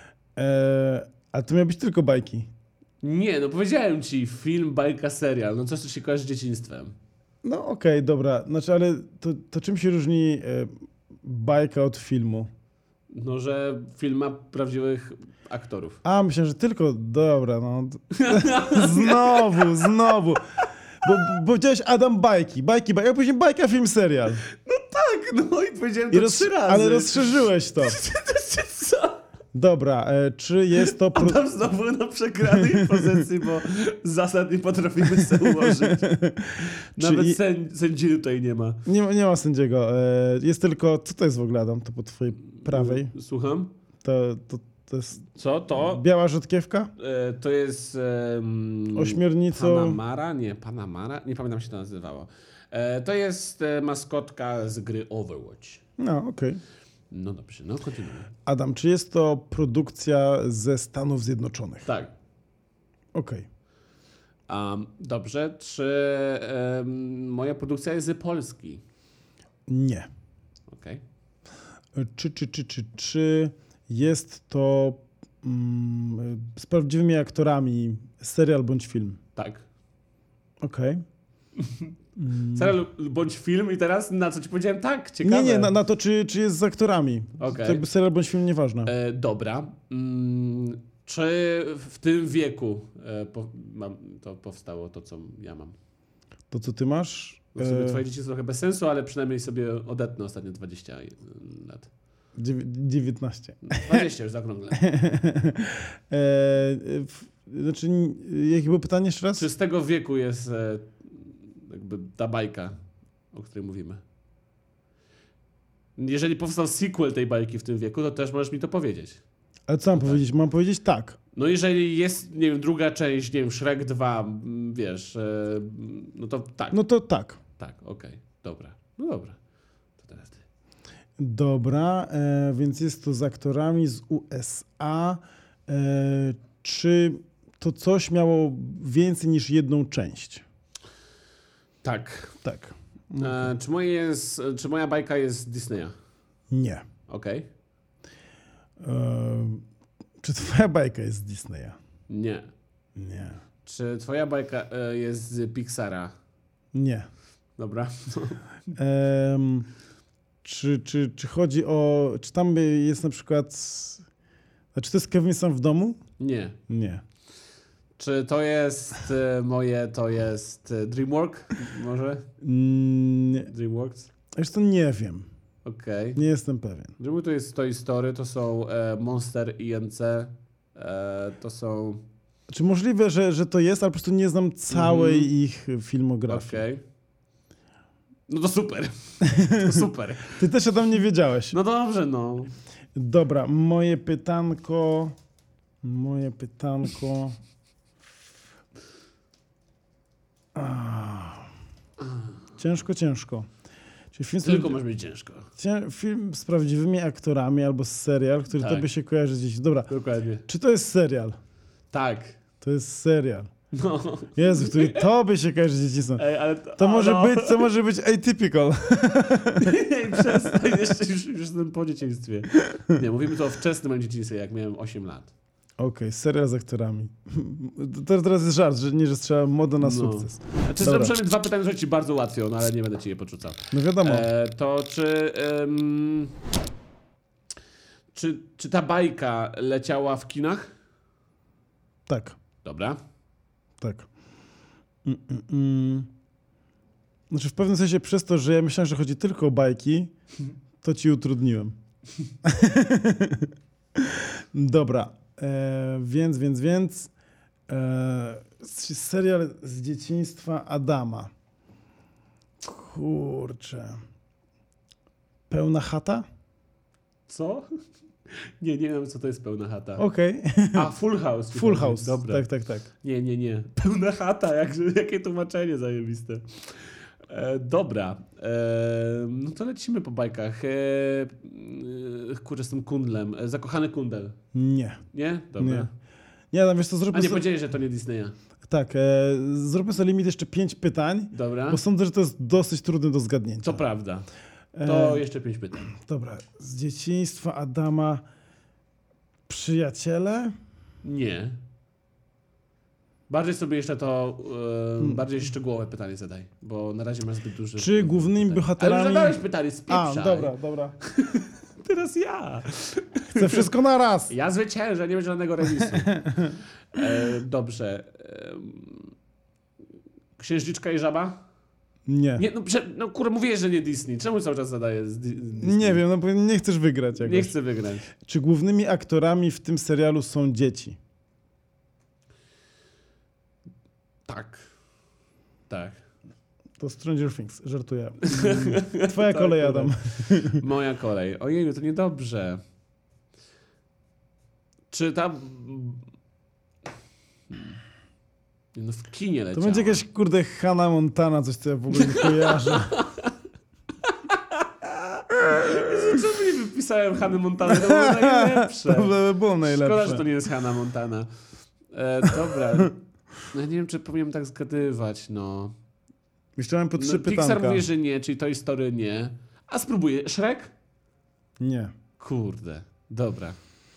E, ale to miały być tylko bajki. Nie, no powiedziałem ci, film, bajka, serial. No coś, co się kojarzy z dzieciństwem. No okej, dobra. Znaczy, ale to, to czym się różni e, bajka od filmu? No, że film ma prawdziwych aktorów. A, myślę, że tylko... Dobra, no. znowu, znowu. Bo, bo powiedziałeś Adam bajki, bajki, bajki, a później bajka, film, serial. Tak, no i powiedziałem I to roz, trzy razy. ale rozszerzyłeś to. Co? Dobra, e, czy jest to... Pro... Adam znowu na przegranej pozycji, bo zasad nie potrafimy sobie ułożyć. Nawet i- sędzi, sędzi tutaj nie ma. Nie, ma- nie ma sędziego. E, jest tylko... Co to jest w ogóle, Adam? To po twojej prawej? Słucham? To, to, to jest Co to? biała rzodkiewka? E, to jest... Um, Ośmiornico... Panamara? Nie, Panamara? Nie pamiętam, jak się to nazywało. E, to jest e, maskotka z gry Overwatch. No, okej. No dobrze, no kontynuuj. Adam, czy jest to produkcja ze Stanów Zjednoczonych? Tak. Okej. Um, dobrze, czy em, moja produkcja jest z Polski? Nie. Okej. E, Czy, czy, czy, czy, czy jest to mm, z prawdziwymi aktorami serial bądź film? Tak. Okej. Serial bądź film i teraz na co ci powiedziałem? Tak, ciekawe. Nie, nie, na, na to, czy, czy jest z aktorami. Okej. To jakby serial bądź film, nieważne. E, dobra. Mm, czy w tym wieku e, po, mam, to powstało to, co ja mam? To, co ty masz? No w sumie E, twoje dzieci są trochę bez sensu, ale przynajmniej sobie odetnę ostatnie dwadzieścia lat. dziewię- dziewiętnaście. dwadzieścia już zaokrąglę. e, w, znaczy, n- jakie było pytanie jeszcze raz? Czy z tego wieku jest e, jakby ta bajka, o której mówimy? Jeżeli powstał sequel tej bajki w tym wieku, to też możesz mi to powiedzieć. Ale co mam tak. powiedzieć? Mam powiedzieć tak. No jeżeli jest, nie wiem, druga część, nie wiem, Shrek dwa, m, wiesz, e, no to tak. No to tak. Tak, okej, dobra. No dobra. To teraz ty. Dobra, e, więc jest to z aktorami z U S A. E, czy to coś miało więcej niż jedną część? Tak. Tak. E, czy, moje jest, czy moja bajka jest z Disneya? Nie. Okej. E, czy twoja bajka jest z Disneya? Nie. Nie. Czy twoja bajka e, jest z Pixara? Nie. Dobra. Em, Czy, czy, czy chodzi o... Czy tam jest na przykład... A czy to jest Kevin sam w domu? Nie. Nie. Czy to jest e, moje, to jest e, Dreamwork? Może? Nie. Dreamworks? Wiesz to nie wiem. Okej. Nie jestem pewien. Dreamwork to jest Toy Story, to są e, Monster I N C, e, to są... Czy możliwe, że, że to jest, ale po prostu nie znam całej Mhm. ich filmografii. Okej. No to super. To super. Ty też o tym nie wiedziałeś. No dobrze, no. Dobra, moje pytanko... Moje pytanko... Ah. Ciężko, ciężko. Czy film, z Tylko prawdzi- może być ciężko. Cię- film z prawdziwymi aktorami albo serial, który Tak. tobie się kojarzy z dzieci. Dobra, Dokładnie. czy to jest serial? Tak. To jest serial. No. Jezu, który tobie się kojarzy z dzieciństwem. Ej, ale to, To a, może no. być, to może być atypical. Ej, przestań, jeszcze już, już jestem po dzieciństwie. Nie, mówimy tu o wczesnym moim dzieciństwie, jak miałem osiem lat. Okej, serial z aktorami. To teraz jest żart, że nie, że trzeba moda na No. sukces. Znaczy, Dobra. przynajmniej dwa pytania, które ci bardzo ułatwią, no ale nie będę ci je podrzucał. No wiadomo. E, to czy, em, czy... Czy ta bajka leciała w kinach? Tak, Dobra. tak. Mm, mm, mm. Znaczy w pewnym sensie przez to, że ja myślałem, że chodzi tylko o bajki, to ci utrudniłem. Dobra, e, więc, więc, więc e, serial z dzieciństwa Adama. Kurczę. Pełna chata? Co? Nie, nie wiem, co to jest pełna chata. Okej. A, Full House. ci Full chodzi. House. Dobra. Tak, tak, tak. Nie, nie, nie. Pełna chata, jak, jakie tłumaczenie zajebiste. E, dobra. E, no to lecimy po bajkach. E, e, kurczę, z tym kundlem. E, zakochany kundel. Nie. Nie? Dobra. Nie. Nie, no wiesz co, A zróbmy nie sobie... powiedzieli, że to nie Disneya. Tak, e, zróbmy sobie limit jeszcze pięć pytań, Dobra. bo sądzę, że to jest dosyć trudne do zgadnięcia. To prawda. To E, jeszcze pięć pytań. Dobra, z dzieciństwa Adama przyjaciele? Nie. Bardziej sobie jeszcze to, e, Hmm. bardziej szczegółowe pytanie zadaj, bo na razie masz zbyt duży... Czy głównymi pytań. bohaterami... Ale już zadałeś pytanie, A, spieprzaj. dobra, dobra. Teraz ja. Chcę wszystko na raz. Ja zwyciężę, nie będzie żadnego remisu. E, dobrze. E, Księżniczka i żaba? Nie. Nie, no, prze, no kurde, mówiłeś, że nie Disney. Czemu cały czas zadaję z, Di- z Disney? Nie wiem, no bo nie chcesz wygrać jakoś. Nie chcę wygrać. Czy głównymi aktorami w tym serialu są dzieci? Tak. Tak. To Stranger Things, żartuję. Mm, Twoja kolej, Adam. Moja kolej. Ojej, to niedobrze. Czy ta... No w kinie leciała. To będzie jakaś, kurde, Hannah Montana, coś co ja w ogóle nie kojarzę. Jezu, czemu nie wypisałem Hannah Montana? To było najlepsze. To by było najlepsze. Szkoda, że to nie jest Hannah Montana. E, dobra. No, ja nie wiem, czy powinienem tak zgadywać, no. Myślałem po trzy no pytanka. Pixar mówi, że nie, czyli Toy Story nie. A spróbuję. Shrek? Nie. Kurde. Dobra.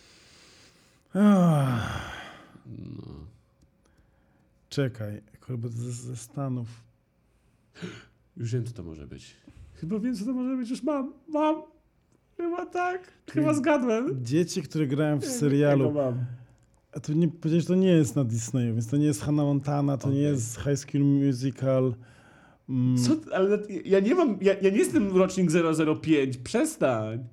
Ach, No. czekaj, kurde, ze, ze Stanów. Już wiem, co to może być. Chyba wiem, co to może być. Już mam. Mam. Chyba tak. Chyba zgadłem. Dzieci, które grają w Tego serialu. mam. A tu nie powiedziałeś, że to nie jest na Disneyu, więc to nie jest Hannah Montana, to Okej. nie jest High School Musical. Mm, Co? Ale ja nie mam... Ja, ja nie jestem rocznik zero zero pięć. Przestań.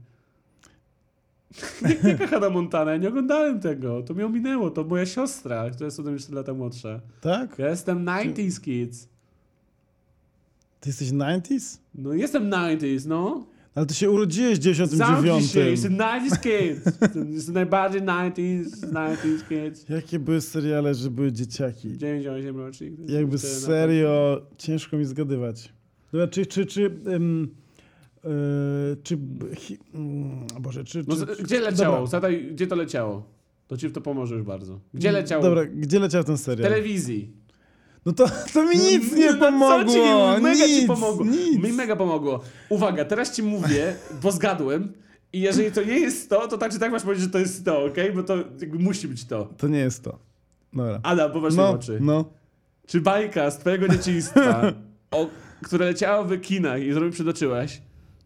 Jak jaka Hannah Montana? Ja nie oglądałem tego. To mnie ominęło. To moja siostra, która jest ode mnie cztery lata młodsza. tak? Ja jestem dziewięćdziesiątych kids. Ty jesteś dziewięćdziesiątych? No jestem dziewięćdziesiątych, no. Ale ty się urodziłeś w dziewięćdziesiątym Zamknij dziewiątym. się, jestem dziewięćdziesiątych kids. Jestem, jestem najbardziej dziewięćdziesiątych, dziewięćdziesiątych kids. Jakie były seriale, że były dzieciaki? dziewięćdziesiąt osiem rocznik. Jakby Cztery na serio, ciężko mi zgadywać. Dobra, czy, czy, czy, ym, yy, czy, b- hi, mm, Boże, czy, No, czy, z- czy gdzie leciało? Dobra, Zadaj, gdzie to leciało? To ci w to pomoże już bardzo. Gdzie leciało? Dobra, gdzie leciał ten W serial? telewizji. No to, to mi nic nie No, co pomogło! ci nie, mega nic, ci pomogło. Nic. Mi mega pomogło. Uwaga, teraz ci mówię, bo zgadłem. I jeżeli to nie jest to, to tak czy tak masz powiedzieć, że to jest to, okej? Bo to jakby musi być to. To nie jest to. Dobra. Adam, popatrz No, mi w oczy. no. Czy bajka z twojego dzieciństwa, o, które leciała w kinach i zrobił przytoczyłeś,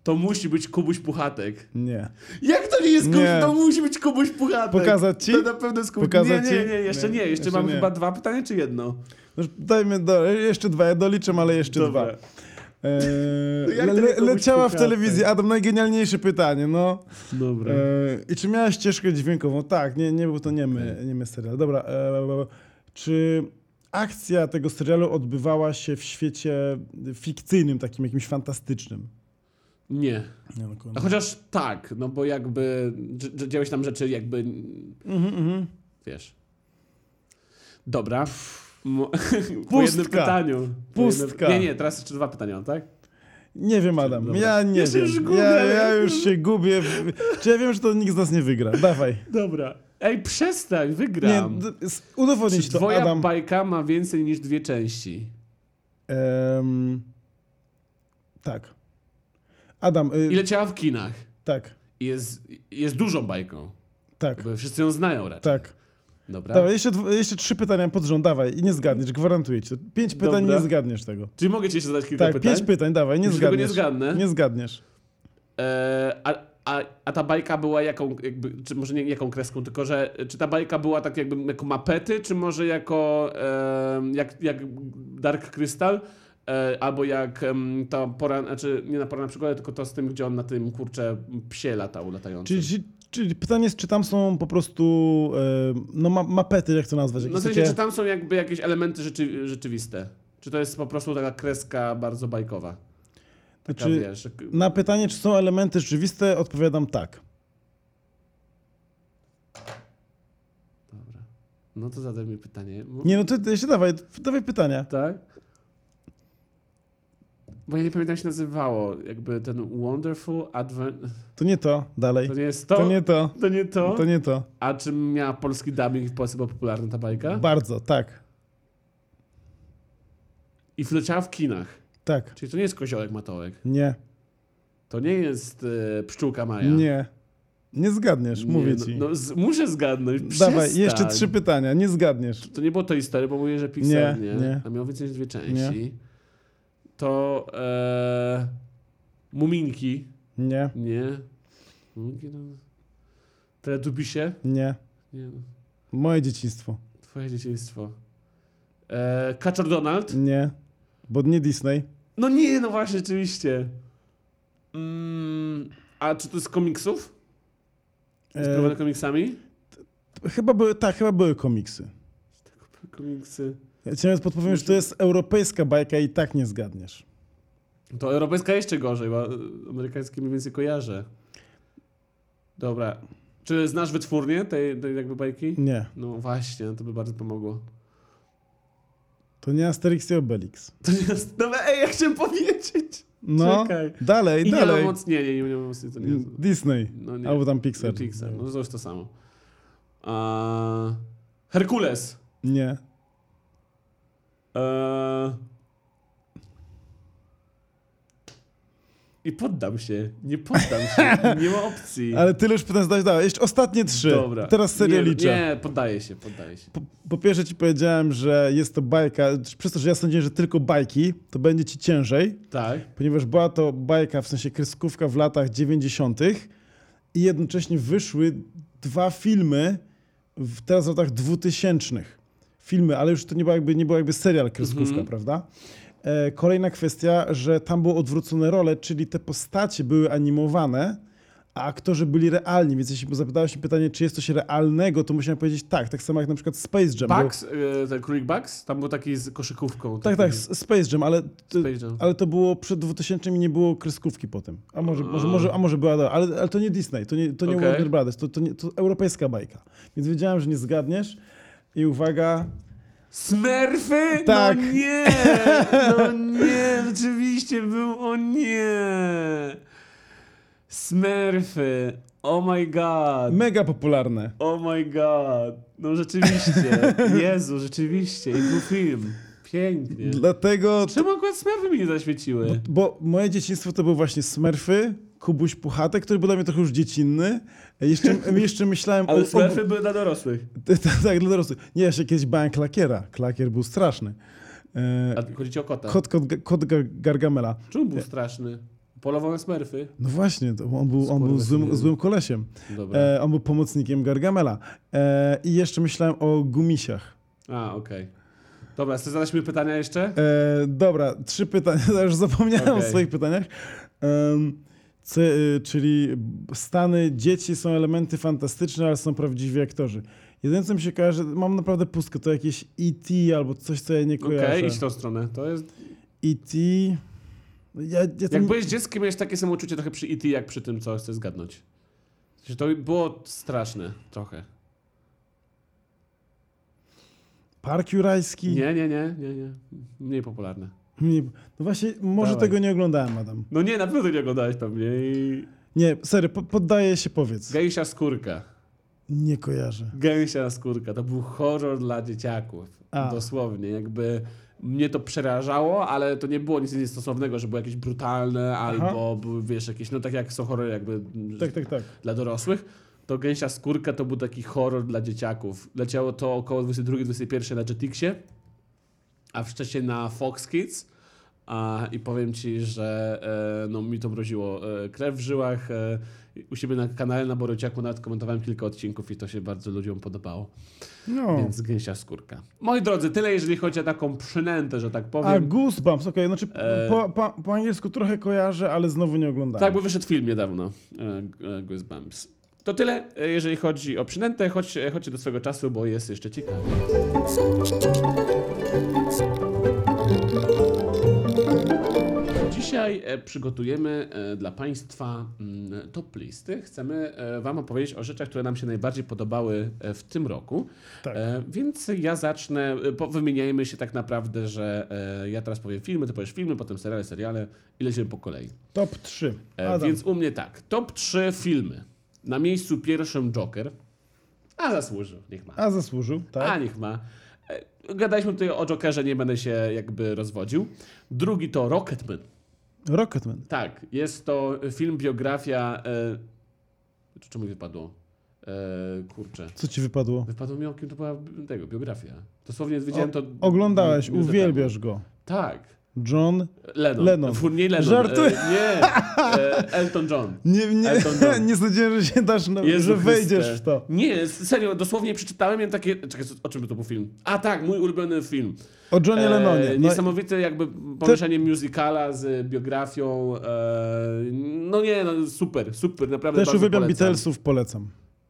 to musi być Kubuś Puchatek. Nie. Jak to nie jest Kubuś? Nie. To musi być Kubuś Puchatek. Pokazać ci? To na pewno jest Kubuś. Pokazać nie, nie, ci? nie, jeszcze nie. Nie, Jeszcze, jeszcze mam nie. chyba dwa pytania, czy jedno? No już dajmy do, jeszcze dwa, ja doliczę, ale jeszcze Dobra. dwa. Eee, Jak to le, nie Kubuś leciała w Puchatek? telewizji, Adam, najgenialniejsze pytanie, no. Dobra. Eee, I czy miałeś ścieżkę dźwiękową? Tak, nie, nie był to niemy, niemy serial. Dobra, eee, czy akcja tego serialu odbywała się w świecie fikcyjnym, takim jakimś fantastycznym? Nie. Nie, no, A chociaż tak, no bo jakby dż- dż- działy się tam rzeczy jakby, mhm, mhm. wiesz. Dobra. Mo- po jednym Pustka. pytaniu. Po jednym- Pustka. Nie, nie, teraz jeszcze dwa pytania, tak? Nie wiem, Adam. Dobra. Ja nie Ja się wiem. już gubię, ja, ale- ja już się gubię. w- Czy ja wiem, że to nikt z nas nie wygra? Dawaj. Dobra. Ej, przestań, Nie, wygram. d- s- udowodnij Czy to, twoja Adam. bajka ma więcej niż dwie części? Em, tak. Adam, y, I leciała w kinach. tak, I jest, jest dużą bajką. tak, Bo wszyscy ją znają raczej. tak. Dobra. Dawaj, jeszcze, dw- jeszcze trzy pytania pod rząd, dawaj i nie zgadniesz, gwarantuję ci to. Pięć pytań, Dobra. nie zgadniesz tego. Czyli mogę ci jeszcze zadać kilka Tak, pytań? pięć pytań, dawaj, nie Już tego zgadniesz. nie zgadnę. Nie zgadniesz. E, a, a, a ta bajka była jaką, jakby, czy może nie jaką kreską, tylko że czy ta bajka była tak jakby jako mapety, czy może jako e, jak, jak Dark Crystal, e, albo jak em, ta pora, znaczy nie na pora na przykład, tylko to z tym, gdzie on na tym kurczę psie latał latającym. Czyli, czyli, czyli pytanie jest, czy tam są po prostu e, no ma, mapety, jak to nazwać? No Jakieś w sensie, takie- czy tam są jakby jakieś elementy rzeczy, rzeczywiste? Czy to jest po prostu taka kreska bardzo bajkowa? Taka, Znaczy, wiesz, że- na pytanie, czy są elementy rzeczywiste, odpowiadam tak. Dobra. No to zadaj mi pytanie. Mo- Nie, no to to jeszcze dawaj, dawaj pytania. Tak? Bo ja nie pamiętam, jak się nazywało. Jakby ten Wonderful Advent... To nie to, dalej. To nie jest to? To nie to, To nie to? to nie to. A czy miała polski dubbing i w Polsce była popularna ta bajka? Bardzo, tak, I wleciała w kinach. tak, Czyli to nie jest Koziołek Matołek. nie, To nie jest e, Pszczółka Maja. nie. Nie zgadniesz, Nie, mówię no, ci. No, z, muszę zgadnąć. Dawaj, Przestań. jeszcze trzy pytania, nie zgadniesz. To nie było to historia, bo mówię, że Pixar Nie, nie. nie. A miał więcej niż dwie części. To e, Muminki. Nie, Nie. Muminki no... Teletubisie? nie. Nie. no. Moje dzieciństwo. Twoje dzieciństwo. E, Kaczor Donald? Nie, bo nie Disney. No nie, no właśnie, rzeczywiście. Mm, a czy to z komiksów? Jest E, prowadzone komiksami? chyba były, tak, chyba były komiksy. Komiksy. Ja ci nawet podpowiem, że to jest europejska bajka i tak nie zgadniesz. To europejska jeszcze gorzej, bo amerykańskie mniej więcej kojarzę. Dobra. Czy znasz wytwórnię tej, tej jakby bajki? Nie, No właśnie, to by bardzo pomogło. to nie Asterix i Obelix. To nie jest... Dobra, ej, ja chciałem powiedzieć. No, Czekaj. dalej, I nie dalej. ma moc... Nie, nie, nie, nie ma mocniej, to nie jest. Disney, No nie. albo tam Pixar. Pixar, no to już to samo. A... Herkules. Nie, Eee... I poddam się. Nie poddam się. Nie ma opcji. ale tyle już pytań zdać dałem. Jeszcze ostatnie trzy. Dobra. Teraz serio nie, liczę. Nie, poddaję się, poddaję się. Po, po pierwsze ci powiedziałem, że jest to bajka, przez to, że ja sądziłem, że tylko bajki, to będzie ci ciężej, Tak. ponieważ była to bajka, w sensie kreskówka w latach dziewięćdziesiątych i jednocześnie wyszły dwa filmy w, teraz w latach dwutysięcznych. Filmy, ale już to nie było jakby, nie było jakby serial kreskówka, Mhm. prawda? E, kolejna kwestia, że tam było odwrócone role, czyli te postacie były animowane, a aktorzy byli realni, więc jeśli zapytałeś mnie pytanie, czy jest coś realnego, to musiałem powiedzieć tak, tak samo jak na przykład Space Jam. bo- Bugs, e, ten Królik Bugs? Tam był taki z koszykówką. Tak, taki tak, S- Space Jam, ale, to, Space Jam. ale to było przed dwutysięcznym i nie było kreskówki potem. A może, może, może, a może była, ale, ale to nie Disney, to nie, to nie Okej. Warner Brothers, to, to, nie, to europejska bajka. Więc wiedziałem, że nie zgadniesz i uwaga, Smurfy? Tak. No nie! No nie, rzeczywiście był, o nie! Smurfy. Oh my god. mega popularne. Oh my god. No rzeczywiście. Jezu, rzeczywiście. I był film. Pięknie. Dlatego, Czemu akurat Smurfy mi nie zaświeciły? bo moje dzieciństwo to był właśnie Smurfy, Kubuś Puchatek, który był dla mnie trochę już dziecinny. Jeszcze, jeszcze myślałem Ale o... Smurfy były dla dorosłych. Tak, tak, dla dorosłych. Nie, ja się kiedyś bałem Klakiera. Klakier był straszny. E, A chodzi ci o kota. kot, kot, kot Gar- Gargamela. Czemu był straszny? Polował Smurfy. No właśnie, to on był, on był Skurwysyn. złym, złym kolesiem. Dobra. E, on był pomocnikiem Gargamela. E, I jeszcze myślałem o gumisiach. A, okej. Okay. Dobra, chcesz zadać mi pytania jeszcze? E, dobra, trzy pytania, już zapomniałem Okay. o swoich pytaniach. Um, co, y, czyli Stany, dzieci są elementy fantastyczne, ale są prawdziwi aktorzy. Jedyne, co mi się kojarzy, mam naprawdę pustkę, to jakieś E T albo coś, co ja nie kojarzę. Okej, okay, idź w tą stronę. To jest... E T Ja, ja Jak tam... byłeś dzieckiem, miałeś takie samo uczucie trochę przy E T, jak przy tym, co chcesz zgadnąć. Że to było straszne trochę. Park Jurajski? Nie, nie, nie, nie, nie. Mniej popularne. Nie, no właśnie, może Dawaj. tego nie oglądałem, Adam. No nie, na pewno nie oglądałeś pewnie. I... Nie, serio, po, poddaję się, powiedz. Gęsia skórka. Nie kojarzę. Gęsia skórka. To był horror dla dzieciaków. A. Dosłownie. Jakby mnie to przerażało, ale to nie było nic niestosownego, że było jakieś brutalne, Aha. albo były, wiesz, jakieś, no tak jak są horrory jakby Tak, tak, tak. dla dorosłych. To Gęsia skórka to był taki horror dla dzieciaków. Leciało to około dwudziestej drugiej dwudziestej pierwszej na Jetixie, a wcześniej na Fox Kids. A, I powiem ci, że e, no, mi to mroziło e, krew w żyłach. E, u siebie na kanale na Borociaku nawet komentowałem kilka odcinków i to się bardzo ludziom podobało. No. Więc Gęsia skórka. Moi drodzy, tyle jeżeli chodzi o taką przynętę, że tak A, powiem. Goosebumps, okej, okay. Znaczy E. po, po, po angielsku trochę kojarzę, ale znowu nie oglądałem. Tak, bo wyszedł film niedawno. E, e, Goosebumps. To tyle, e, jeżeli chodzi o przynętę. Chodź, e, chodźcie do swego czasu, bo jest jeszcze ciekawe. Dzisiaj e, przygotujemy e, dla Państwa mm, top listy. Chcemy e, Wam opowiedzieć o rzeczach, które nam się najbardziej podobały e, w tym roku. Tak. E, więc ja zacznę, e, po, wymieniajmy się tak naprawdę, że e, ja teraz powiem filmy, ty powiesz filmy, potem seriale, seriale i lecimy po kolei. Top trzy. E, Adam. więc u mnie tak, top trzy filmy. Na miejscu pierwszym Joker, a zasłużył, niech ma. A zasłużył, tak. A niech ma. E, Gadaliśmy tutaj o Jokerze, nie będę się jakby rozwodził. Drugi to Rocketman. Rocketman. Tak, jest to film, biografia... E... Czemu mi wypadło? E... Kurczę. Co ci wypadło? Wypadło mi, o kim to była tego, biografia. Dosłownie widziałem to... Oglądałeś, minutę uwielbiasz go. temu. Tak. John Lennon. Lennon. Fu, nie Lennon. Żartuję. E, nie. E, Elton John. Nie, nie, Elton John. nie sądziłem, że się dasz, no, Jezu że wejdziesz Chryste. w to. Nie, serio, dosłownie przeczytałem miałem takie... Czekaj, o czym to był film? A tak, mój ulubiony film. O Johnie Lennonie. E, No, niesamowite jakby pomieszanie musicala z biografią. E, no nie, no super, super, naprawdę też bardzo uwielbiam polecam. Beatlesów, polecam.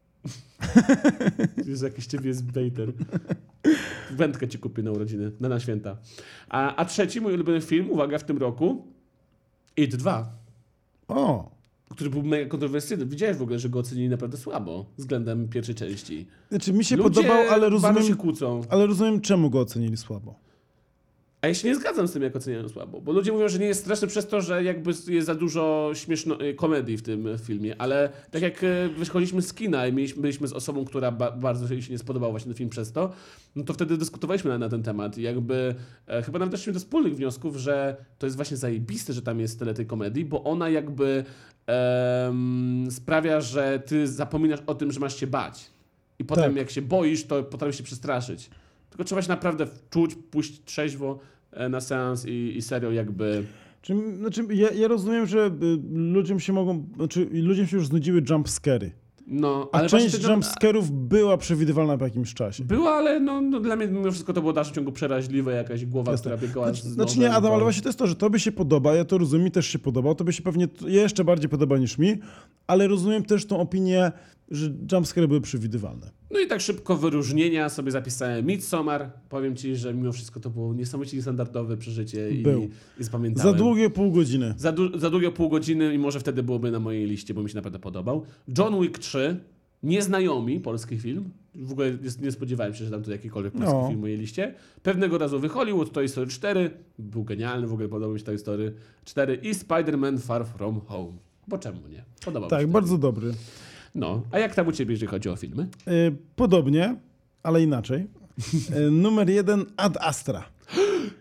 Jest jakiś ciebie jest bejter. Wędkę ci kupię na urodziny, na, na święta. A, a trzeci mój ulubiony film, uwaga, w tym roku, It dwa, O, który był mega kontrowersyjny. Widziałeś w ogóle, że go ocenili naprawdę słabo względem pierwszej części. znaczy mi się Ludzie podobał, ale bardzo się rozumiem, kłócą. ale rozumiem, czemu go ocenili słabo. A ja się nie zgadzam z tym, jak oceniają słabo, bo ludzie mówią, że nie jest straszny przez to, że jakby jest za dużo śmieszno komedii w tym filmie, ale tak jak e, wychodziliśmy z kina i mieliśmy, byliśmy z osobą, która ba bardzo jej się nie spodobał właśnie ten film przez to, no to wtedy dyskutowaliśmy na, na ten temat i jakby e, chyba nawet doszliśmy do wspólnych wniosków, że to jest właśnie zajebiste, że tam jest tyle tej komedii, bo ona jakby em, sprawia, że ty zapominasz o tym, że masz się bać i potem Tak. jak się boisz, to potrafisz się przestraszyć. Tylko trzeba się naprawdę wczuć, pójść trzeźwo na seans i, i serio jakby... Czy, znaczy, ja, ja rozumiem, że y, ludziom się mogą, znaczy ludziom się już znudziły jumpscary. No, A ale część właśnie te- jumpscarów była przewidywalna po jakimś czasie. Była, ale no, no dla mnie mimo wszystko to było w dalszym ciągu przeraźliwe, jakaś głowa, Jasne. która biegała Znaczy, z znaczy nie, nowym, Adam, bo- ale właśnie to jest to, że tobie się podoba, ja to rozumiem, mi też się podobał, tobie się pewnie t- jeszcze bardziej podoba niż mi, ale rozumiem też tą opinię, że jumpscary były przewidywalne. No i tak szybko wyróżnienia sobie zapisałem Midsommar. Powiem ci, że mimo wszystko to było niesamowicie niestandardowe przeżycie i, Był. i zapamiętałem. Za długie pół godziny. Za, du- za długie pół godziny i może wtedy byłoby na mojej liście, bo mi się naprawdę podobał. John Wick trzy, Nieznajomi, polski film. W ogóle nie, nie spodziewałem się, że dam tu jakikolwiek polski No. film w mojej liście. Pewnego razu w Hollywood, Toy Story cztery. Był genialny, w ogóle podobał mi się Toy Story cztery. I Spider-Man Far From Home. Bo czemu nie? Podobał mi się Tak, ten bardzo film. dobry. No, a jak tam u ciebie, jeżeli chodzi o filmy? Y, podobnie, ale inaczej. Y, numer jeden Ad Astra.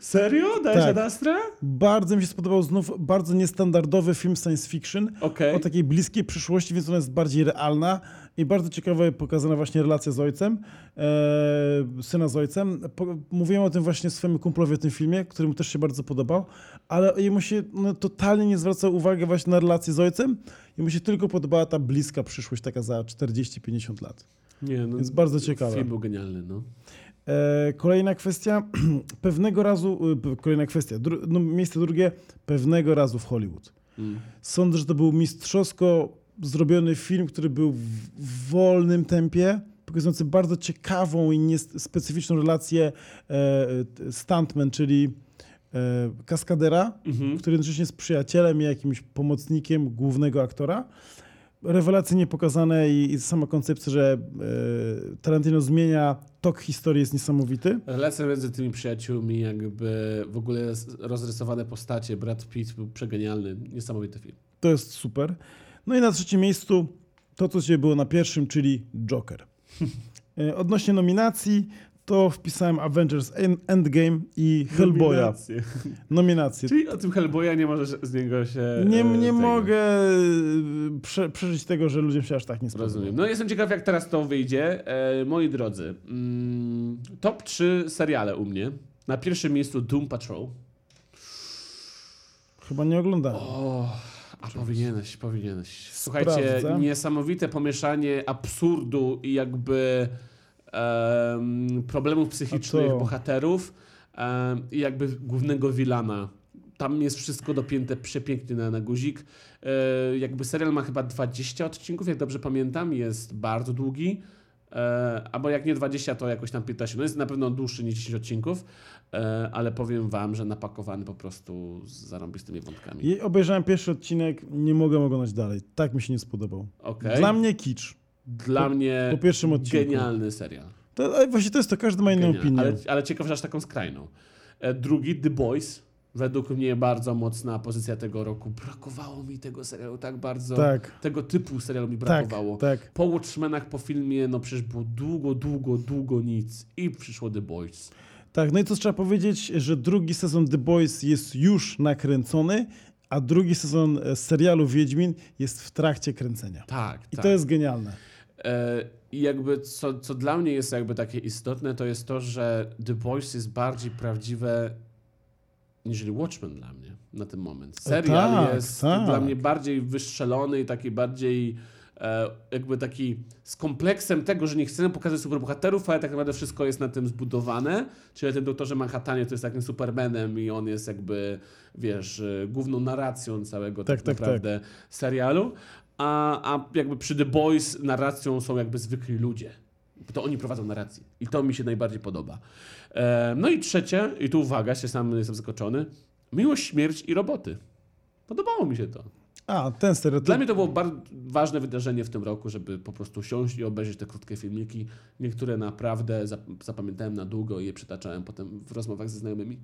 Serio? Dajesz Tak. Ad Astra? Bardzo mi się spodobał znów bardzo niestandardowy film science fiction Okej. o takiej bliskiej przyszłości, więc ona jest bardziej realna i bardzo ciekawe pokazana właśnie relacja z ojcem, e, syna z ojcem. Po, mówiłem o tym właśnie swojemu kumplowi o tym filmie, który mu też się bardzo podobał, ale jemu się no, totalnie nie zwracał uwagi właśnie na relację z ojcem, jemu się tylko podobała ta bliska przyszłość, taka za czterdzieści pięćdziesiąt lat. Nie, no, Jest bardzo ciekawe. Film był genialny, no. E, kolejna kwestia, pewnego razu, e, kolejna kwestia, dru, no, miejsce drugie, pewnego razu w Hollywood. Mm. Sądzę, że to był mistrzowsko zrobiony film, który był w, w wolnym tempie, pokazujący bardzo ciekawą i nies- specyficzną relację e, stuntman, czyli e, kaskadera, Mhm. który jednocześnie jest przyjacielem i jakimś pomocnikiem głównego aktora. Rewelacyjnie pokazane i, i sama koncepcja, że e, Tarantino zmienia tok historii jest niesamowity. Relacja między tymi przyjaciółmi, jakby w ogóle rozrysowane postacie, Brad Pitt był przegenialny, niesamowity film. To jest super. No i na trzecim miejscu to, co się było na pierwszym, czyli Joker. E, Odnośnie nominacji, to wpisałem Avengers End- Endgame i Hellboya. Nominacje. Nominacje. Czyli o tym Hellboya nie możesz z niego się... Nie, e, nie tego. mogę e, prze, przeżyć tego, że ludziom się aż tak nie spodoba. Rozumiem. No jestem ciekaw, jak teraz to wyjdzie. E, moi drodzy, mm, top trzy seriale u mnie. Na pierwszym miejscu Doom Patrol. Chyba nie oglądałem. O, a powinieneś, powinieneś. Słuchajcie, Sprawdzę. niesamowite pomieszanie absurdu i jakby em, problemów psychicznych A to- bohaterów em, i jakby głównego wilana. Tam jest wszystko dopięte przepięknie na, na guzik. E, jakby serial ma chyba dwadzieścia odcinków, jak dobrze pamiętam, jest bardzo długi. E, albo jak nie dwadzieścia, to jakoś tam piętnaście. No jest na pewno dłuższy niż dziesięć odcinków, e, ale powiem wam, że napakowany po prostu z zarąbistymi wątkami. I obejrzałem pierwszy odcinek, nie mogę oglądać dalej. Tak mi się nie spodobał. Okej. Dla mnie kicz. Dla mnie po pierwszym odcinku. genialny serial. To, ale właśnie to jest to, każdy ma inną Genialny. opinię. Ale, ale ciekaw, że aż taką skrajną. E, drugi, The Boys. Według mnie bardzo mocna pozycja tego roku. Brakowało mi tego serialu tak bardzo. Tak, Tego typu serialu mi tak, brakowało. tak. Po Watchmenach, po filmie, no przecież było długo, długo, długo nic. I przyszło The Boys. Tak, no i to trzeba powiedzieć, że drugi sezon The Boys jest już nakręcony, a drugi sezon e, serialu Wiedźmin jest w trakcie kręcenia. Tak, I tak. to jest genialne. E, I jakby co, co dla mnie jest jakby takie istotne, to jest to, że The Boys jest bardziej prawdziwe niż Watchmen dla mnie na ten moment. Serial tak, jest tak. dla mnie bardziej wystrzelony i taki bardziej e, jakby taki z kompleksem tego, że nie chcemy pokazać superbohaterów, ale tak naprawdę wszystko jest na tym zbudowane. Czyli ten doktorze Manhattanie to jest takim Supermanem i on jest jakby, wiesz, e, główną narracją całego tak, Tak, tak, naprawdę serialu. A, a jakby przy The Boys narracją są jakby zwykli ludzie. To oni prowadzą narrację. I to mi się najbardziej podoba. E, no i trzecie, i tu uwaga, się sam jestem zaskoczony. Miłość, śmierć i roboty. Podobało mi się to. A, ten serial. Dla To, mnie to było bardzo ważne wydarzenie w tym roku, żeby po prostu siąść i obejrzeć te krótkie filmiki. Niektóre naprawdę zap- zapamiętałem na długo i je przytaczałem potem w rozmowach ze znajomymi.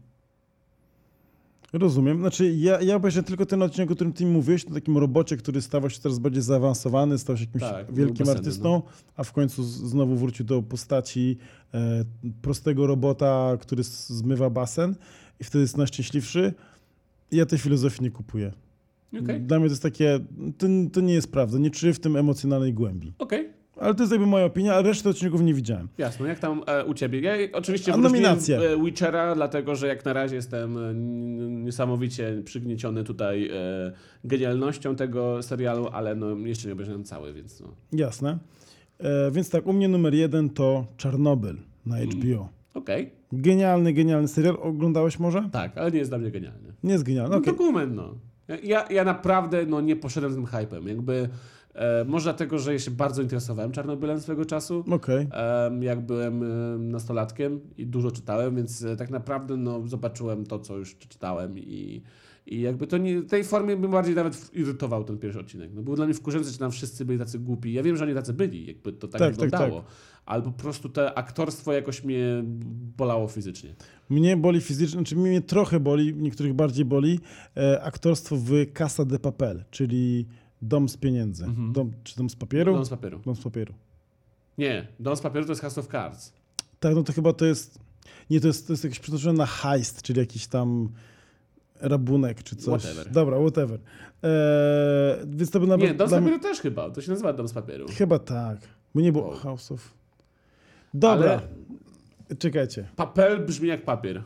rozumiem. Znaczy, ja, ja obejrzałem tylko ten odcinek, o którym ty mi mówiłeś, o takim robocie, który stawał się coraz bardziej zaawansowany, stał się jakimś Tak, był wielkim bezsenny, artystą, a w końcu z, znowu wrócił do postaci e, prostego robota, który s- zmywa basen i wtedy jest najszczęśliwszy. Ja tej filozofii nie kupuję. Okej, Dla mnie to jest takie, to, to nie jest prawda, nie czuję w tym emocjonalnej głębi. okej. Ale to jest jakby moja opinia, a resztę odcinków nie widziałem. Jasno, jak tam e, u ciebie? Ja oczywiście A wyróżniłem nominacje? e, Witchera, dlatego że jak na razie jestem e, n- niesamowicie przygnieciony tutaj e, genialnością tego serialu, ale no, jeszcze nie obejrzałem cały, więc no. Jasne. E, więc tak, u mnie numer jeden to Czarnobyl na H B O. Okej, Genialny, genialny serial. Oglądałeś może? tak, ale nie jest dla mnie genialny. Nie jest genialny, No okej. dokument, no. Ja, ja naprawdę no, nie poszedłem z tym hypem. Jakby, e, może dlatego, że ja się bardzo interesowałem Czarnobylem swego czasu. Okej. Em, jak byłem e, nastolatkiem i dużo czytałem, więc e, tak naprawdę no, zobaczyłem to, co już czytałem i, i jakby to nie, w tej formie bym bardziej nawet irytował ten pierwszy odcinek. No, był dla mnie wkurzający, że tam wszyscy byli tacy głupi. Ja wiem, że oni tacy byli, jakby to tak, Tak, tak, wyglądało. Ale po prostu to aktorstwo jakoś mnie bolało fizycznie. Mnie boli fizycznie, znaczy mnie trochę boli, niektórych bardziej boli, e, aktorstwo w Casa de Papel, czyli Dom z pieniędzy. Mhm. Dom, czy Dom z papieru? Dom z papieru. Dom z papieru. Nie, Dom z papieru to jest House of Cards. Tak, no to chyba to jest... Nie, to jest, to jest jakieś przetoczone na heist, czyli jakiś tam rabunek czy coś. Whatever. Dobra, whatever. Eee, więc to by nawet... Nie, Dom z dla papieru mnie- też chyba. To się nazywa Dom z papieru. Chyba tak. Bo nie było Wow. House of... Dobra, Ale czekajcie. papel brzmi jak papier.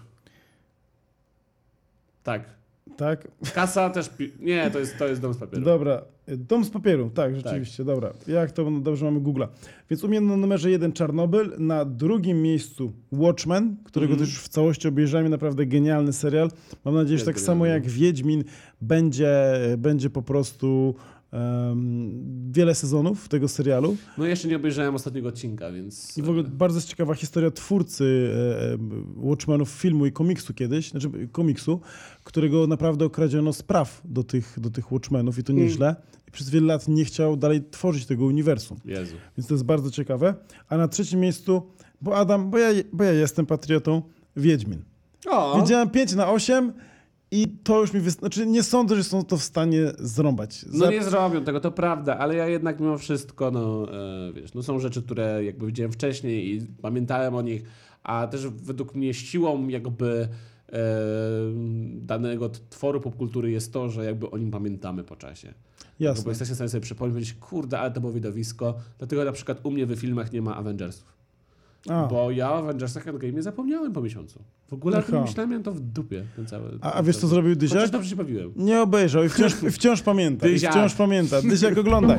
Tak. Tak? Kasa też... Pi- nie, to jest, to jest Dom z papieru. Dobra. Dom z papieru, tak, rzeczywiście, dobra. Jak to dobrze mamy Google'a. Więc u mnie na numerze jeden Czarnobyl, na drugim miejscu Watchmen, którego Mhm. też w całości obejrzałem, naprawdę genialny serial. Mam nadzieję, że Jest tak samo genialny. jak Wiedźmin będzie, będzie po prostu um, wiele sezonów tego serialu. No jeszcze nie obejrzałem ostatniego odcinka, więc... I w ogóle bardzo jest ciekawa historia twórcy e, e, Watchmenów filmu i komiksu kiedyś, znaczy komiksu, którego naprawdę okradziono z praw do tych, do tych Watchmenów i to Mm. nieźle. I przez wiele lat nie chciał dalej tworzyć tego uniwersum. Jezu. Więc to jest bardzo ciekawe. A na trzecim miejscu, bo Adam, bo ja, bo ja jestem patriotą, Wiedźmin. O! Widziałem pięć na osiem i to już mi wystarczy. Znaczy nie sądzę, że są to w stanie zrąbać. No Za- nie zrobią tego, to prawda, ale ja jednak mimo wszystko, no e, wiesz, no są rzeczy, które jakby widziałem wcześniej i pamiętałem o nich, a też według mnie siłą jakby e, danego t- tworu popkultury jest to, że jakby o nim pamiętamy po czasie. Bo Jasne. jesteście w stanie sobie przypomnieć, kurde, ale to było widowisko, dlatego na przykład u mnie w filmach nie ma Avengersów. A, Bo ja o Avengersach Endgame zapomniałem po miesiącu. W ogóle o tym Aha. myślałem, miałem to w dupie. Ten cały, a, a ten wiesz co cały- zrobił Chociaż Dyziak? dobrze się bawiłem. Nie obejrzał i wciąż, i wciąż pamięta. I Dyziak. wciąż pamięta. Dyziak, oglądaj.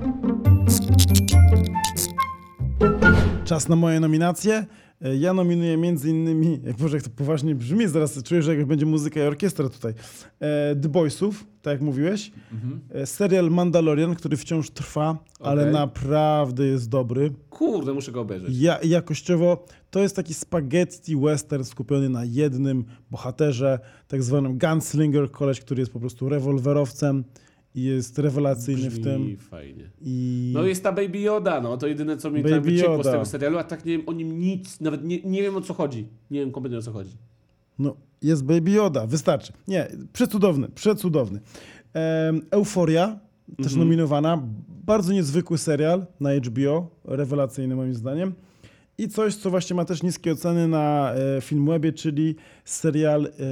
Czas na moje nominacje. E, Ja nominuję między innymi, jak Boże, jak to poważnie brzmi, zaraz czuję, że jak będzie muzyka i orkiestra tutaj. E, The Boysów, tak jak mówiłeś. Mhm. E, serial Mandalorian, który wciąż trwa, ale Okej. naprawdę jest dobry. Kurde, muszę go obejrzeć. Ja, jakościowo to jest taki spaghetti western skupiony na jednym bohaterze, tak zwanym gunslinger, koleś, który jest po prostu rewolwerowcem i jest rewelacyjny w tym. Brzmi fajnie. I No jest ta Baby Yoda, no to jedyne co mi tam Baby wyciekło Yoda. z tego serialu, a tak nie wiem o nim nic, nawet nie, nie wiem o co chodzi. Nie wiem kompletnie o co chodzi. no, jest Baby Yoda, wystarczy. Nie, przecudowny, przecudowny. Em, Euforia, też Mhm. nominowana. Bardzo niezwykły serial na H B O, rewelacyjny moim zdaniem. I coś, co właśnie ma też niskie oceny na e, Filmwebie, czyli serial e,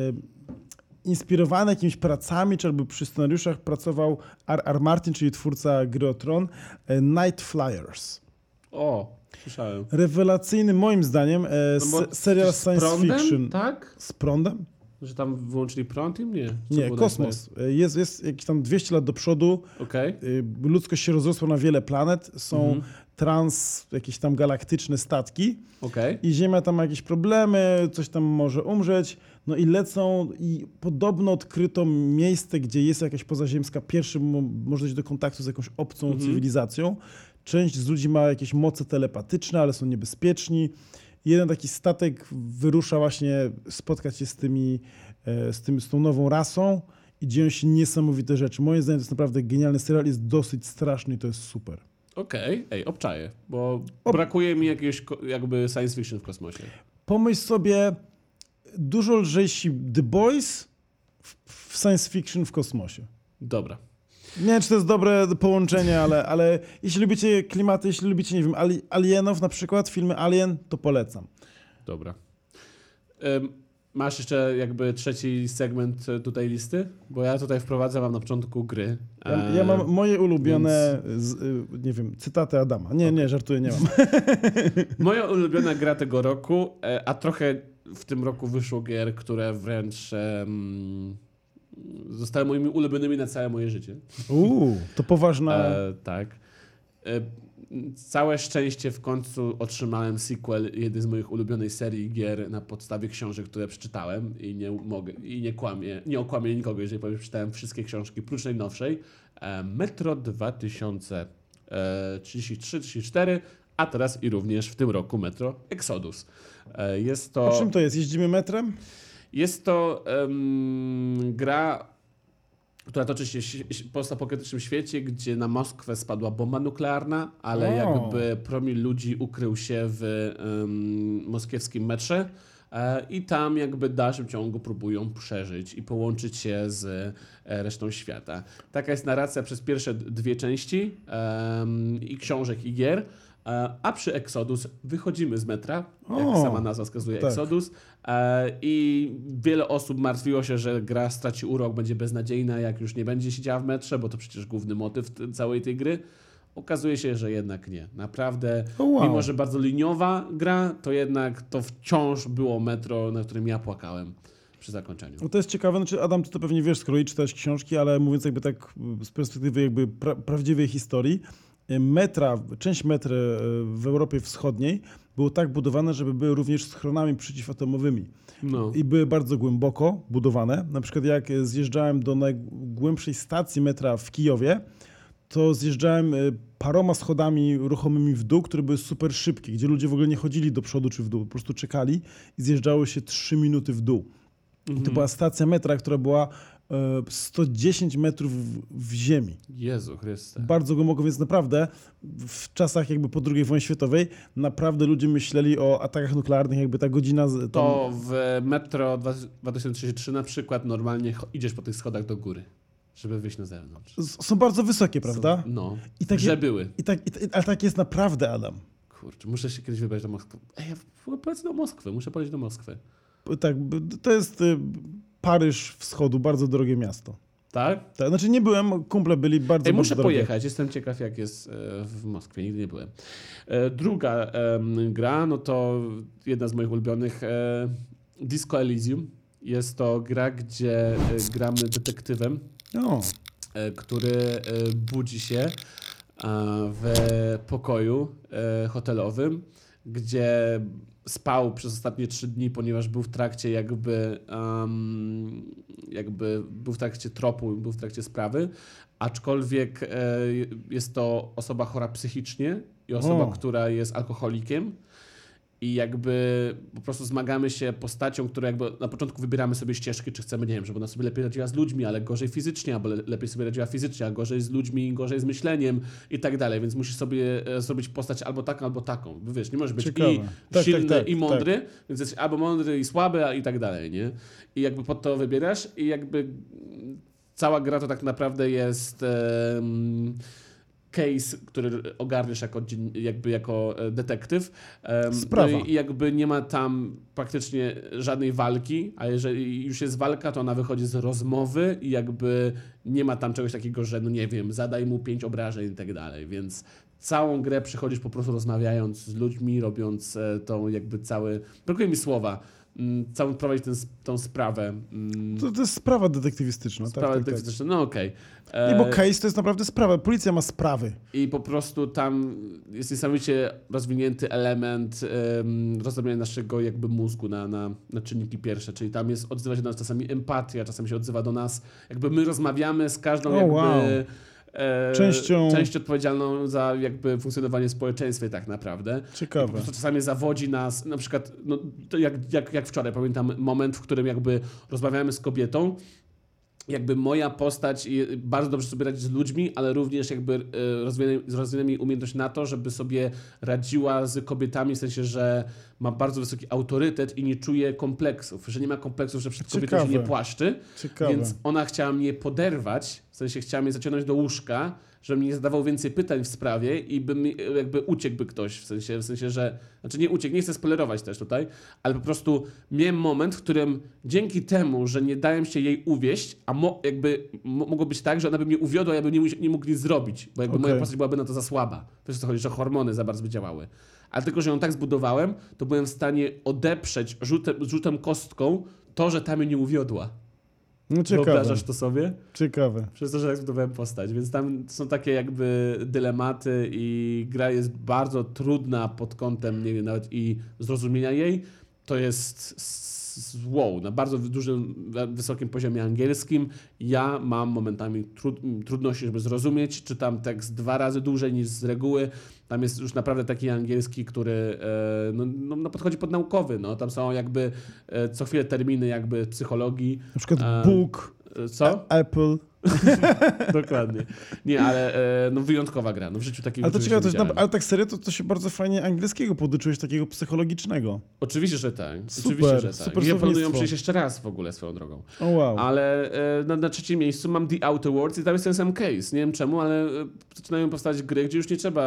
inspirowany jakimiś pracami, czy albo przy scenariuszach pracował R R. Martin, czyli twórca gry o Tron, e, Night Flyers. O, słyszałem. Rewelacyjny moim zdaniem e, No bo se, serial z science prądem, fiction. tak? Z prądem? Że tam wyłączyli prąd im? Nie. Co Nie, było kosmos. E, Jest, jest jakieś tam dwieście lat do przodu. na- Okej. y, Ludzkość się rozrosła na wiele planet. Są Mhm. trans, jakieś tam galaktyczne statki. Okej. I Ziemia tam ma jakieś problemy, coś tam może umrzeć. No i lecą i podobno odkryto miejsce, gdzie jest jakaś pozaziemska. Pierwszy mo- może dojść do kontaktu z jakąś obcą Mhm. cywilizacją. Część z ludzi ma jakieś moce telepatyczne, ale są niebezpieczni. Jeden taki statek wyrusza właśnie spotkać się z tymi, e, z, tym, z tą nową rasą i dzieją się niesamowite rzeczy. Moim zdaniem to jest naprawdę genialny serial, jest dosyć straszny i to jest super. Okej. Ej, obczaję, bo Ob- brakuje mi jakiegoś ko- jakby science fiction w kosmosie. Pomyśl sobie, dużo lżejsi The Boys w, w science fiction w kosmosie. Dobra. Nie wiem, czy to jest dobre połączenie, ale, ale jeśli lubicie klimaty, jeśli lubicie, nie wiem, ali- alienów na przykład, filmy Alien, to polecam. Dobra. Ym, masz jeszcze jakby trzeci segment e, tutaj listy? Bo ja tutaj wprowadzę wam na początku gry. Ja, E, ja mam moje ulubione, z, y, nie wiem, cytaty Adama. Nie, nie, żartuję, nie mam. Moja ulubiona gra tego roku, e, a trochę w tym roku wyszło gier, które wręcz em, zostały moimi ulubionymi na całe moje życie. Uuu, to poważna... E, tak. E, całe szczęście w końcu otrzymałem sequel jednej z moich ulubionej serii gier na podstawie książek, które przeczytałem i nie mogę, i nie kłamię, nie okłamię nikogo, jeżeli powiem, że przeczytałem wszystkie książki, prócz najnowszej. E, Metro dwa tysiące trzydzieści trzy trzydzieści cztery, a teraz i również w tym roku Metro Exodus. E, jest to... O czym to jest? Jeździmy metrem? Jest to em, gra, która toczy się w postapokaliptycznym świecie, gdzie na Moskwę spadła bomba nuklearna, ale O. jakby promil ludzi ukrył się w em, moskiewskim metrze e, i tam jakby w dalszym ciągu próbują przeżyć i połączyć się z e, resztą świata. Taka jest narracja przez pierwsze d- dwie części em, i książek i gier. E, A przy Exodus wychodzimy z metra, jak O, sama nazwa wskazuje, tak. Exodus. E, I wiele osób martwiło się, że gra straci urok, będzie beznadziejna, jak już nie będzie siedziała w metrze, bo to przecież główny motyw t- całej tej gry. Okazuje się, że jednak nie. Naprawdę, O, wow. mimo że bardzo liniowa gra, to jednak to wciąż było metro, na którym ja płakałem przy zakończeniu. No to jest ciekawe, znaczy Adam, ty to pewnie wiesz, z kolei czytałeś książki, ale mówiąc jakby tak z perspektywy jakby pra prawdziwej historii, metra, część metry w Europie Wschodniej było tak budowane, żeby były również schronami przeciwatomowymi. No. I były bardzo głęboko budowane. Na przykład jak zjeżdżałem do najgłębszej stacji metra w Kijowie, to zjeżdżałem paroma schodami ruchomymi w dół, które były super szybkie, gdzie ludzie w ogóle nie chodzili do przodu czy w dół, po prostu czekali i zjeżdżało się trzy minuty w dół. Mhm. To była stacja metra, która była e, sto dziesięć metrów w, w ziemi. Jezu Chryste. Bardzo głęboko, więc naprawdę w czasach jakby po drugiej wojnie światowej naprawdę ludzie myśleli o atakach nuklearnych, jakby ta godzina... Z, tam... To w Metro dwa tysiące trzydzieści trzy na przykład normalnie cho- idziesz po tych schodach do góry, żeby wyjść na zewnątrz. S- Są bardzo wysokie, prawda? Są, no, I takie- że były. I tak, i, t- ale tak jest naprawdę, Adam. Kurczę, muszę się kiedyś wybrać do Moskwy. Ej, ja w- polecę do Moskwy, muszę polecieć do Moskwy. Tak, b- to jest y, Paryż Wschodu, bardzo drogie miasto. Tak? Tak, znaczy nie byłem, kumple byli bardzo, Ej, bardzo muszę drogie. pojechać, jestem ciekaw jak jest e, w Moskwie, nigdy nie byłem. E, Druga em, gra, no to jedna z moich ulubionych, e, Disco Elysium. Jest to gra, gdzie e, gramy detektywem, O, e, który e, budzi się e, w pokoju e, hotelowym, gdzie spał przez ostatnie trzy dni, ponieważ był w trakcie jakby, um, jakby był w trakcie tropu, był w trakcie sprawy, aczkolwiek e, jest to osoba chora psychicznie i osoba, O. która jest alkoholikiem. I jakby po prostu zmagamy się postacią, która jakby na początku wybieramy sobie ścieżki, czy chcemy, nie wiem, żeby ona sobie lepiej radziła z ludźmi, ale gorzej fizycznie, albo le- lepiej sobie radziła fizycznie, a gorzej z ludźmi, gorzej z myśleniem i tak dalej. Więc musisz sobie e, zrobić postać albo taką, albo taką. Wiesz, nie możesz być Ciekawe. i Tak, silny, tak, tak, i mądry, więc jesteś albo mądry i słaby, a i tak dalej, nie? I jakby pod to wybierasz i jakby mm, cała gra to tak naprawdę jest... em, case, który ogarniesz jako, dzien- jakby jako e, detektyw. Em, Sprawa. No i, i jakby nie ma tam praktycznie żadnej walki, a jeżeli już jest walka, to ona wychodzi z rozmowy i jakby nie ma tam czegoś takiego, że no nie wiem, zadaj mu pięć obrażeń i tak dalej, więc całą grę przychodzisz po prostu rozmawiając z ludźmi, robiąc e, tą jakby cały... Brakuje mi słowa. mm, Całą prowadzić tę tą sprawę. mm, to, to jest sprawa detektywistyczna. Sprawę tak, tak, tak. detektywistyczną. No okej. Nie, bo E, case to jest naprawdę sprawa. Policja ma sprawy. I po prostu tam jest niesamowicie rozwinięty element um, rozrobienia naszego jakby mózgu na, na, na czynniki pierwsze, czyli tam jest, odzywa się do nas czasami empatia, czasami się odzywa do nas, jakby my rozmawiamy z każdą O, jakby wow. e, Częścią- częścią odpowiedzialną za jakby funkcjonowanie w społeczeństwie tak naprawdę. I po Ciekawe. prostu czasami zawodzi nas, na przykład no, to jak, jak, jak wczoraj, pamiętam moment, w którym jakby rozmawiamy z kobietą, jakby moja postać i- bardzo dobrze sobie radzi z ludźmi, ale również jakby e, rozwiniemy, z rozwinionymi umiejętność na to, żeby sobie radziła z kobietami, w sensie, że ma bardzo wysoki autorytet i nie czuje kompleksów, że nie ma kompleksów, że przed kobietą się Ciekawe. nie płaszczy, Ciekawe. więc ona chciała mnie poderwać, w sensie chciała mnie zaciągnąć do łóżka, żebym nie zadawał więcej pytań w sprawie i by mi, jakby uciekłby ktoś, w sensie, w sensie, że, znaczy nie uciekł, nie chcę spoilerować też tutaj, ale po prostu miałem moment, w którym dzięki temu, że nie dałem się jej uwieść, a mo, jakby mo, mogło być tak, że ona by mnie uwiodła, ja bym nie, mus- nie mógł nic zrobić, bo jakby Okej. moja postać byłaby na to za słaba. Wiesz o co chodzi, że hormony za bardzo by działały. Ale tylko, że ją tak zbudowałem, to byłem w stanie odeprzeć rzutem, rzutem kostką to, że ta mnie nie uwiodła. No ciekawe. Wyobrażasz to sobie? Ciekawe. Przez to, że tak zbudowałem postać, więc tam są takie jakby dylematy i gra jest bardzo trudna pod kątem, nie wiem, nawet i zrozumienia jej. To jest s- s- wow, na bardzo dużym, wysokim poziomie angielskim. Ja mam momentami trud, trudności, żeby zrozumieć. Czytam tekst dwa razy dłużej niż z reguły. Tam jest już naprawdę taki angielski, który e, no, no, no podchodzi pod naukowy. No. Tam są jakby e, co chwilę terminy jakby psychologii. Na przykład A- Bóg, E, Co? Apple. Dokładnie. Nie, ale e, no wyjątkowa gra. No w życiu takiego Ale to czegoś ciekawe, nie to, jest- widziałem. ale tak serio, to, to się bardzo fajnie angielskiego poduczyłeś, takiego psychologicznego. Oczywiście, że tak. Super, Oczywiście, że tak. super I ja planuję słownictwo. przyjść jeszcze raz w ogóle swoją drogą. O wow. Ale e, na, na trzecim miejscu mam The Outer Worlds i tam jest ten sam case. Nie wiem czemu, ale e, zaczynają powstawać gry, gdzie już nie trzeba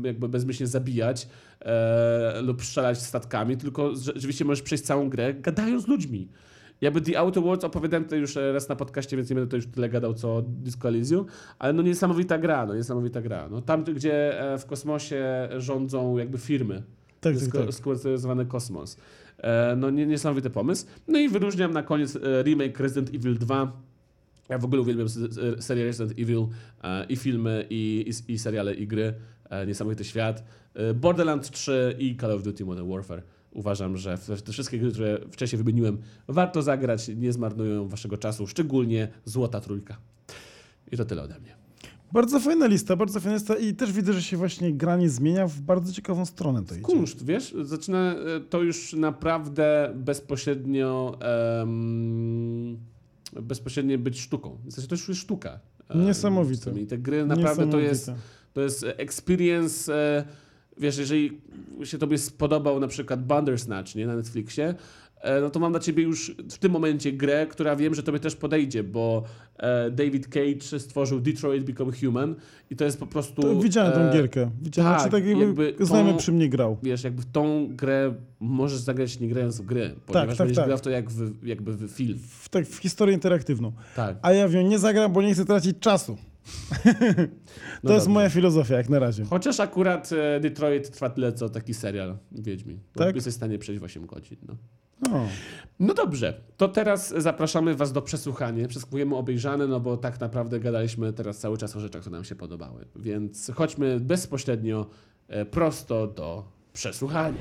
jakby bezmyślnie zabijać e, lub strzelać statkami, tylko rzeczywiście możesz przejść całą grę gadając z ludźmi. Jakby The Outer Worlds opowiadałem to już raz na podcaście, więc nie będę to już tyle gadał co Disco Elysium, ale no niesamowita gra, no niesamowita gra. No tam, gdzie w kosmosie rządzą jakby firmy, Tak, tak, sko- tak. skolonizowany kosmos. E, no nie, niesamowity pomysł. No i wyróżniam na koniec e, remake Resident Evil dwa. Ja w ogóle uwielbiam serię Resident Evil e, i filmy, i, i, i seriale, i gry. E, niesamowity świat. E, Borderlands trzy i Call of Duty Modern Warfare. Uważam, że te wszystkie gry, które wcześniej wymieniłem, warto zagrać, nie zmarnują waszego czasu, szczególnie Złota Trójka. I to tyle ode mnie. Bardzo fajna lista, bardzo fajna lista i też widzę, że się właśnie granie zmienia w bardzo ciekawą stronę to idzie. Kunszt, wiesz, zaczyna to już naprawdę bezpośrednio um, bezpośrednio być sztuką. W sensie to już jest sztuka. Niesamowite. I te gry naprawdę to jest, to jest experience, e, wiesz, jeżeli się tobie spodobał na przykład Bandersnatch, nie, na Netflixie, no to mam dla ciebie już w tym momencie grę, która wiem, że tobie też podejdzie, bo e, David Cage stworzył Detroit Become Human i to jest po prostu... To widziałem tą e, gierkę. Widziałem, tak, znaczy tak jakby, jakby znajomy przy mnie grał. Wiesz, jakby w tą grę możesz zagrać nie grając w grę, ponieważ tak, będziesz tak. grał w to jak w, jakby w film. W, tak, w historię interaktywną. Tak. A ja w nią nie zagram, bo nie chcę tracić czasu. to No jest dobrze. moja filozofia, jak na razie. Chociaż akurat e, Detroit trwa tyle, co taki serial Wiedźmin. Bo Tak? jesteś w stanie przejść w osiem godzin. No. O. No dobrze, to teraz zapraszamy was do przesłuchania. Przesłuchujemy obejrzane, no bo tak naprawdę gadaliśmy teraz cały czas o rzeczach, które nam się podobały. Więc chodźmy bezpośrednio e, prosto do przesłuchania.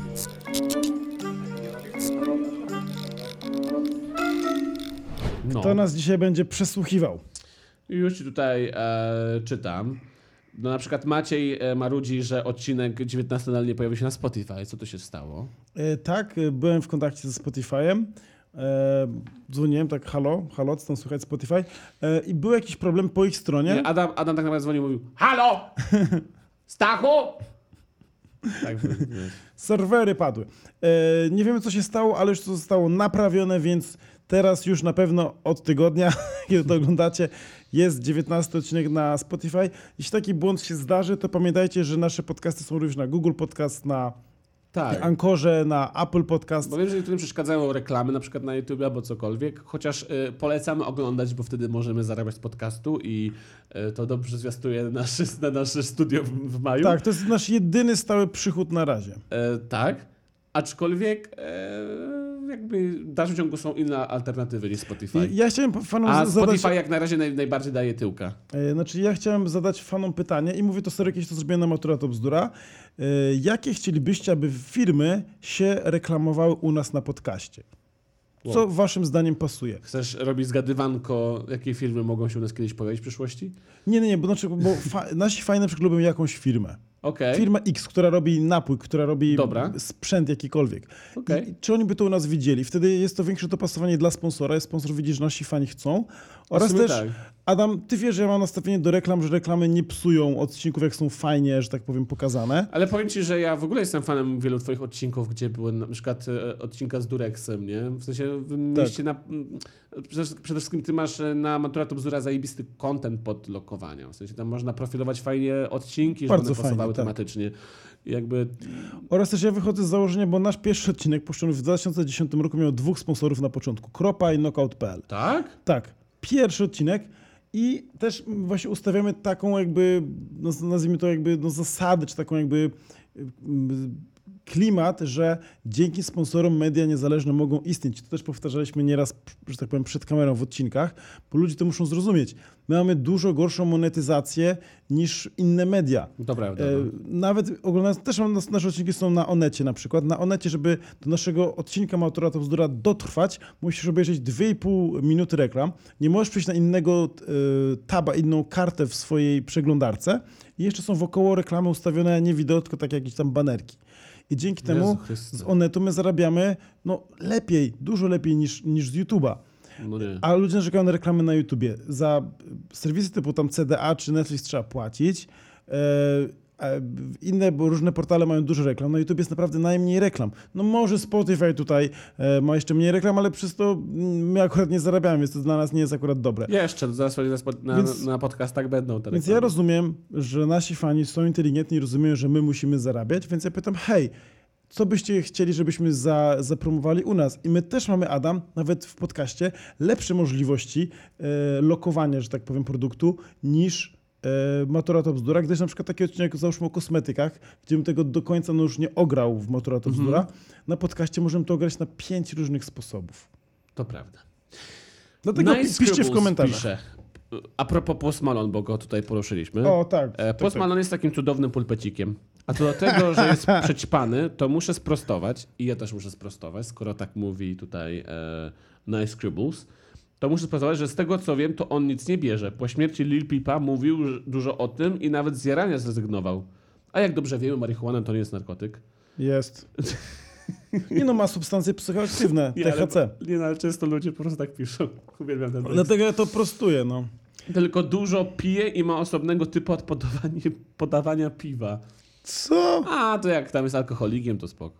No. Kto nas dzisiaj będzie przesłuchiwał? Już ci tutaj e, czytam. No na przykład Maciej e, marudzi, że odcinek dziewiętnasty nadal nie pojawił się na Spotify. Co tu się stało? E, tak, e, byłem w kontakcie ze Spotify'em. E, dzwoniłem tak, halo, halo, co tam słychać Spotify? E, I był jakiś problem po ich stronie. Nie, Adam, Adam tak naprawdę dzwonił i mówił: halo! Stachu! Tak, wiesz. Serwery padły. E, nie wiemy, co się stało, ale już to zostało naprawione, więc teraz już na pewno od tygodnia, kiedy to oglądacie, jest dziewiętnasty odcinek na Spotify. Jeśli taki błąd się zdarzy, to pamiętajcie, że nasze podcasty są również na Google Podcast, na Tak. Ankorze, na Apple Podcast. Bo wiem, że niektórym przeszkadzają reklamy, na przykład na YouTube albo cokolwiek, chociaż y, polecamy oglądać, bo wtedy możemy zarabiać z podcastu i y, to dobrze zwiastuje nasze, na nasze studio w, w maju. Tak, to jest nasz jedyny stały przychód na razie. E, tak, aczkolwiek e, jakby w dalszym ciągu są inne alternatywy niż Spotify. I ja chciałem fanom A zadać... Spotify jak na razie naj, najbardziej daje tyłka. E, Znaczy ja chciałem zadać fanom pytanie i mówię to serio, kiedyś to zrobiłem na Matura to bzdura. E, Jakie chcielibyście, aby firmy się reklamowały u nas na podcaście? Co Wow. waszym zdaniem pasuje? Chcesz robić zgadywanko, jakie firmy mogą się u nas kiedyś pojawić w przyszłości? Nie, nie, nie, bo, znaczy, bo fa nasi fajni na przykład lubią jakąś firmę. Okej. Firma X, która robi napój, która robi Dobra. sprzęt jakikolwiek. Okej. I czy oni by to u nas widzieli? Wtedy jest to większe dopasowanie dla sponsora. Sponsor widzi, że nasi fani chcą. Oraz sumie też, tak. Adam, ty wiesz, że ja mam nastawienie do reklam, że reklamy nie psują odcinków, jak są fajnie, że tak powiem, pokazane. Ale powiem ci, że ja w ogóle jestem fanem wielu twoich odcinków, gdzie były na przykład e, odcinka z Durexem, nie? W sensie w mieście na... m, Przede, przede wszystkim ty masz e, na Matura to Bzdura zajebisty content pod lokowania. W sensie tam można profilować fajnie odcinki, żeby Bardzo one pasowały fajnie, tak. tematycznie. Jakby... Oraz też ja wychodzę z założenia, bo nasz pierwszy odcinek puszczony w dwa tysiące dziesiątym roku miał dwóch sponsorów na początku. Kropa i Knockout kropka p l. Tak? Tak, pierwszy odcinek i też właśnie ustawiamy taką jakby, no, nazwijmy to jakby no, zasady, czy taką jakby mm, klimat, że dzięki sponsorom media niezależne mogą istnieć. To też powtarzaliśmy nieraz, że tak powiem, przed kamerą w odcinkach, bo ludzie to muszą zrozumieć. My mamy dużo gorszą monetyzację niż inne media. Dobra, dobra. E, nawet oglądając, też mam, nasze odcinki są na Onecie na przykład. Na Onecie, żeby do naszego odcinka Matura to Bzdura dotrwać, musisz obejrzeć dwie i pół minuty reklam. Nie możesz przejść na innego e, taba, inną kartę w swojej przeglądarce. I jeszcze są wokoło reklamy ustawione nie wideo, tylko takie jakieś tam banerki. I dzięki Jezu temu Chryste. z Onetu my zarabiamy no, lepiej, dużo lepiej niż, niż z YouTube'a. No nie. A ludzie narzekają na reklamy na YouTubie. Za serwisy typu tam C D A czy Netflix trzeba płacić. E, inne, bo różne portale mają dużo reklam. Na YouTube jest naprawdę najmniej reklam. No może Spotify tutaj e, ma jeszcze mniej reklam, ale przez to my akurat nie zarabiamy, więc to dla nas nie jest akurat dobre. Jeszcze, zaraz na, Więc- na podcastach będą te Więc reklamy. ja rozumiem, że nasi fani są inteligentni i rozumieją, że my musimy zarabiać, więc ja pytam, hej, co byście chcieli, żebyśmy za, zapromowali u nas? I my też mamy, Adam, nawet w podcaście, lepsze możliwości e, lokowania, że tak powiem, produktu niż e, Matura to Bzdura, gdyż na przykład taki odcinek, załóżmy o kosmetykach, gdzie bym tego do końca no już nie ograł w Matura to Bzdura, Mhm. na podcaście możemy to ograć na pięć różnych sposobów. To prawda. Dlatego Nice pi- piszcie w Scribbles komentarzach. Pisze. A propos Post Malone, bo go tutaj poruszyliśmy. O, tak. E, tak, Post tak. Malone jest takim cudownym pulpecikiem. A co do tego, że jest przećpany, to muszę sprostować, i ja też muszę sprostować, skoro tak mówi tutaj e, Nice Scribbles, to muszę sprostować, że z tego co wiem, to on nic nie bierze. Po śmierci Lil Peepa mówił że- dużo o tym i nawet z jarania zrezygnował. A jak dobrze wiemy, marihuana to nie jest narkotyk. Jest. Nie no, ma substancje psychoaktywne, Nie, T H C. Ale, nie, no, ale często ludzie po prostu tak piszą. Uwielbiam ten tekst. Dlatego ja to prostuję, no. Tylko dużo pije i ma osobnego typu od podawania, podawania piwa. Co? A, to jak tam jest alkoholikiem, to spoko.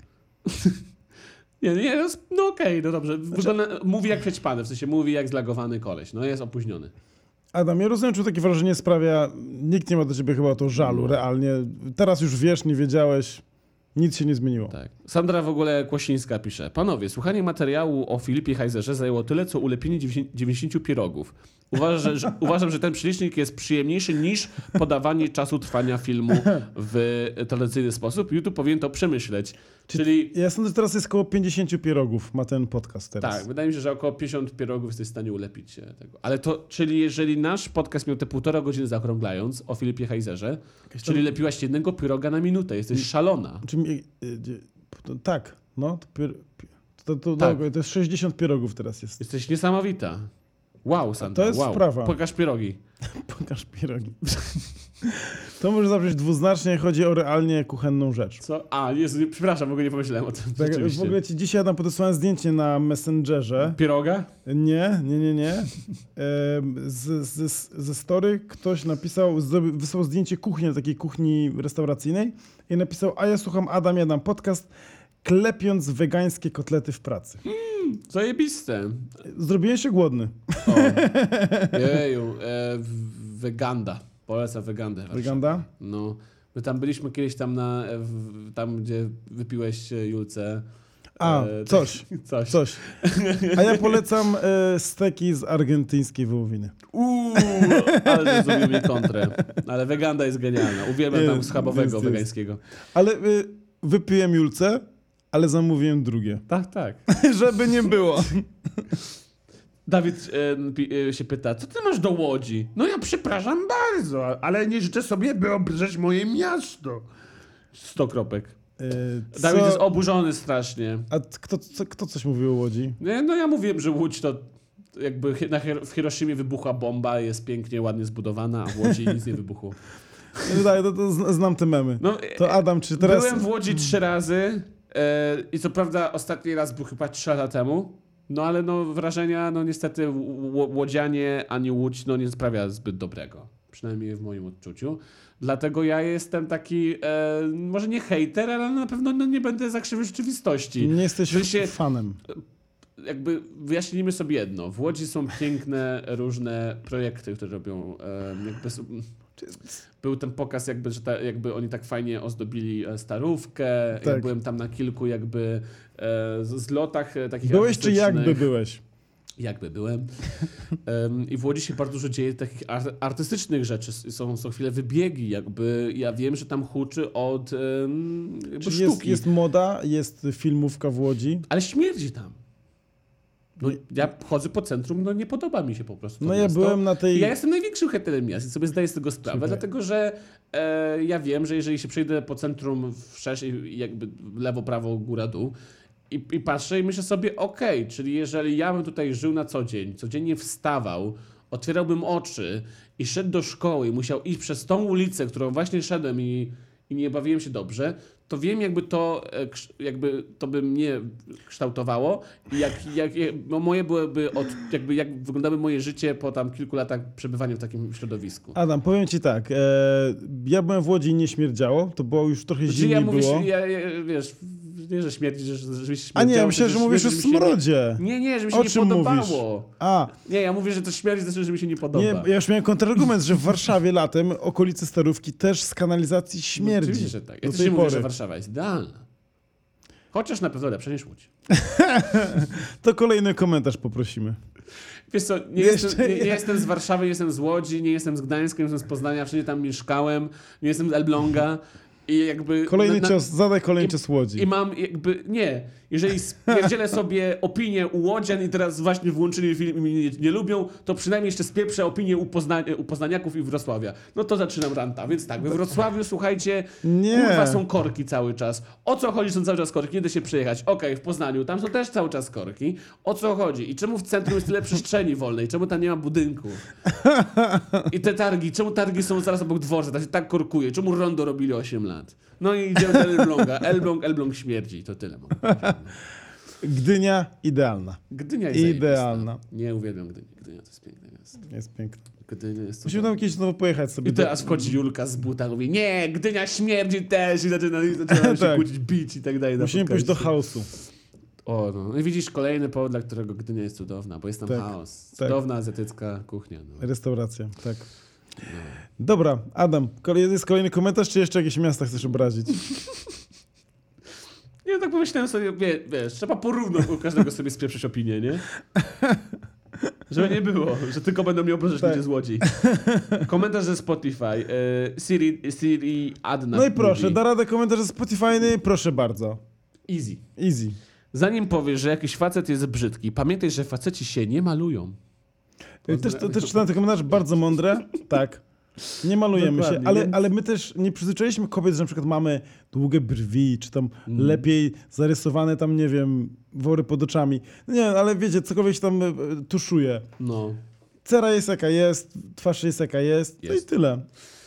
nie, nie, no, s- no okej, no dobrze. Wygląda, mówi jak przećpany, w sensie mówi jak zlagowany koleś. No jest opóźniony. Adam, ja rozumiem, czy takie wrażenie sprawia, nikt nie ma do ciebie chyba o to żalu, No. realnie. Teraz już wiesz, nie wiedziałeś, nic się nie zmieniło. Tak. Sandra w ogóle Kłosińska pisze. Panowie, słuchanie materiału o Filipie Heizerze zajęło tyle, co ulepienie dziewięćdziesięciu pierogów. Uważam, że, uważam, że ten przelicznik jest przyjemniejszy niż podawanie czasu trwania filmu w tradycyjny sposób. YouTube powinien to przemyśleć. Czyli Ja sądzę, że teraz jest około pięćdziesięciu pierogów, ma ten podcast teraz. tak, wydaje mi się, że około pięćdziesiąt pierogów jesteś w stanie ulepić się tego. Ale to, czyli jeżeli nasz podcast miał te półtora godziny zaokrąglając o Filipie Heizerze, Jakaś tam- czyli lepiłaś jednego pieroga na minutę, jesteś szalona. Czy mi, y, y, to, tak, no, to, pier, pi- to, to, Tak. no, to jest sześćdziesiąt pierogów teraz jest. Jesteś niesamowita. Wow, Sandra, To jest wow. sprawa. Pokaż pierogi. Pokaż pierogi. To może zabrzmieć dwuznacznie, chodzi o realnie kuchenną rzecz. Co? A, Jezu, nie- przepraszam, w ogóle nie pomyślałem o tym. Tak, Rzeczywiście. w ogóle ci dzisiaj Adam podesłałem zdjęcie na Messengerze. Pieroga? Nie, nie, nie, nie. Em, Z, z, ze story ktoś napisał, zrobi- wysłał zdjęcie kuchni, takiej kuchni restauracyjnej i napisał, a ja słucham Adam, jadam podcast, klepiąc wegańskie kotlety w pracy. Zajebiste. Zrobiłem się głodny. O. Jeju, e, w- weganda. Polecam wegandę. w Warszawie. Weganda? No. My tam byliśmy kiedyś tam, na, w, tam gdzie wypiłeś e, Julce. A, E, coś, Coś. coś. A ja polecam e, steki z argentyńskiej wołowiny. Uuu, ale zrobił mi kontrę. Ale weganda jest genialna. Uwielbiam tam Jest, schabowego jest, jest. wegańskiego. Ale y, wypiłem Julce, ale zamówiłem drugie. Tak, tak. Żeby nie było. Dawid e, pi- e, się pyta, co ty masz do Łodzi? No ja przepraszam bardzo, ale nie życzę sobie, by obrzeć moje miasto. Sto kropek. Y, Dawid co- jest oburzony strasznie. A t- kto, co, kto coś mówił o Łodzi? Nie, no ja mówiłem, że Łódź to jakby hi- na, Hir- w Hiroshimie wybuchła bomba, jest pięknie, ładnie zbudowana, a w Łodzi nic nie wybuchło. Wydaje, to, to zn- znam te memy. No, To Adam, czy teraz... Byłem w Łodzi trzy razy e, i co prawda ostatni raz był chyba trzy lata temu, no ale no wrażenia, no niestety ł- łodzianie ani Łódź no nie sprawia zbyt dobrego. Przynajmniej w moim odczuciu. Dlatego ja jestem taki, e, może nie hejter, ale na pewno no, nie będę zakrzywił rzeczywistości. Nie jesteś W sensie- fanem. Jakby wyjaśnijmy sobie jedno. W Łodzi są piękne, różne projekty, które robią. E, jakby s- był ten pokaz, jakby, że ta, jakby oni tak fajnie ozdobili e, Starówkę. Ja Tak. byłem tam na kilku jakby e, z- zlotach e, takich Byłeś czy artystycznych. jakby byłeś? Jakby byłem. Em, I w Łodzi się bardzo dużo dzieje takich ar- artystycznych rzeczy. S- Są co chwilę wybiegi, jakby ja wiem, że tam huczy od em, jakby Czyli jest, sztuki. jest moda, jest filmówka w Łodzi. Ale śmierdzi tam. No, ja chodzę po centrum, no nie podoba mi się po prostu. to No ja miasto. byłem na tej... I ja jestem największym hejterem miast i sobie zdaję z tego sprawę, Super. dlatego że e, ja wiem, że jeżeli się przejdę po centrum wszerz i jakby lewo, prawo, góra, dół i, i patrzę i myślę sobie, okej, czyli jeżeli ja bym tutaj żył na co dzień, codziennie wstawał, otwierałbym oczy i szedł do szkoły i musiał iść przez tą ulicę, którą właśnie szedłem i i nie bawiłem się dobrze, to wiem, jakby to, e, krz- jakby to by mnie kształtowało i jak, jak, no moje byłyby, od, jakby jak wyglądały moje życie po tam kilku latach przebywania w takim środowisku. Adam, powiem ci tak, e, ja byłem w Łodzi i nie śmierdziało, to było już trochę Znaczy, zimniej ja mówię, było. ja, ja, wiesz, nie, że śmierdzi, że, że się A nie, śmierdziało, myślę, że mówisz o śmierdzi, że mi się smrodzie. Nie, nie, że mi się O nie czym podobało. mówisz? A, Nie, ja mówię, że to śmierdzi, znaczy, że mi się nie podoba. nie, ja już miałem kontrargument, że w Warszawie latem, okolice Starówki, też z kanalizacji No, śmierdzi. oczywiście, że tak. Ja do też tej nie mówię, pory. że Warszawa jest idealna. Chociaż na pewno lepsza niż Łódź. To kolejny komentarz poprosimy. Wiesz co, nie, Jeszcze jestem, nie, nie nie. jestem z Warszawy, nie jestem z Łodzi, nie jestem z Gdańska, nie jestem z Poznania, wszędzie tam mieszkałem, nie jestem z Elbląga i jakby... Kolejny na- na- cios, zadaj kolejny i- cios Łodzi. I mam jakby, nie, jeżeli spierdzielę sobie opinię u Łodzian i teraz właśnie włączyli film i mnie nie, nie lubią, to przynajmniej jeszcze spieprzę opinię u, Pozna, u Poznaniaków i Wrocławia. No to zaczynam ranta, więc tak, we Wrocławiu, słuchajcie, Nie. kurwa są korki cały czas. O co chodzi, są cały czas korki, nie da się przejechać. Okej, w Poznaniu, tam są też cały czas korki. O co chodzi? I czemu w centrum jest tyle przestrzeni wolnej? Czemu tam nie ma budynków? I te targi, czemu targi są zaraz obok dworca, tak się tak korkuje? Czemu rondo robili osiem lat? No i idziemy do Elbląga. Elbląg, Elbląg śmierdzi, to tyle mogę powiedzieć. Gdynia idealna. Gdynia jest Idealna. zajebista. Nie uwielbiam Gdyni. Gdynia to jest piękne miasto. Jest piękna. Gdynia jest Musimy tam kiedyś znowu pojechać sobie. I teraz wchodzi Julka z buta, mówi, nie, Gdynia śmierdzi też i zaczyna, i zaczyna się Tak. kłócić, bić i tak dalej. na Musimy pójść do podcaście. chaosu. O, no. No i widzisz kolejny powód, dla którego Gdynia jest cudowna, bo jest tam Tak, chaos. tak. Cudowna azjatycka kuchnia. No. Restauracja, tak. No. Dobra, Adam, kolej- jest kolejny komentarz, czy jeszcze jakieś miasta chcesz obrazić? Ja tak pomyślałem sobie, wie, wiesz, trzeba porówno u każdego sobie spieprzyć opinię, nie? Żeby nie było, że tylko będą mnie obrażać Tak. ludzie z Łodzi. Komentarz ze Spotify. E, Siri, Siri Adna No i proszę, mówi, da radę komentarz ze Spotify, proszę bardzo. Easy. Easy. Zanim powiesz, że jakiś facet jest brzydki, pamiętaj, że faceci się nie malują. Też, to, też czytałem ten komentarz, bardzo mądre. Tak. Nie malujemy się, Dokładnie, ale, więc- ale my też nie przyzwyczailiśmy kobiet, że na przykład mamy długie brwi, czy tam Mm. lepiej zarysowane tam, nie wiem, wory pod oczami. No nie, ale wiecie, cokolwiek się tam e, tuszuje. No. Cera jest jaka jest, twarz jest jaka jest, no Jest. i tyle.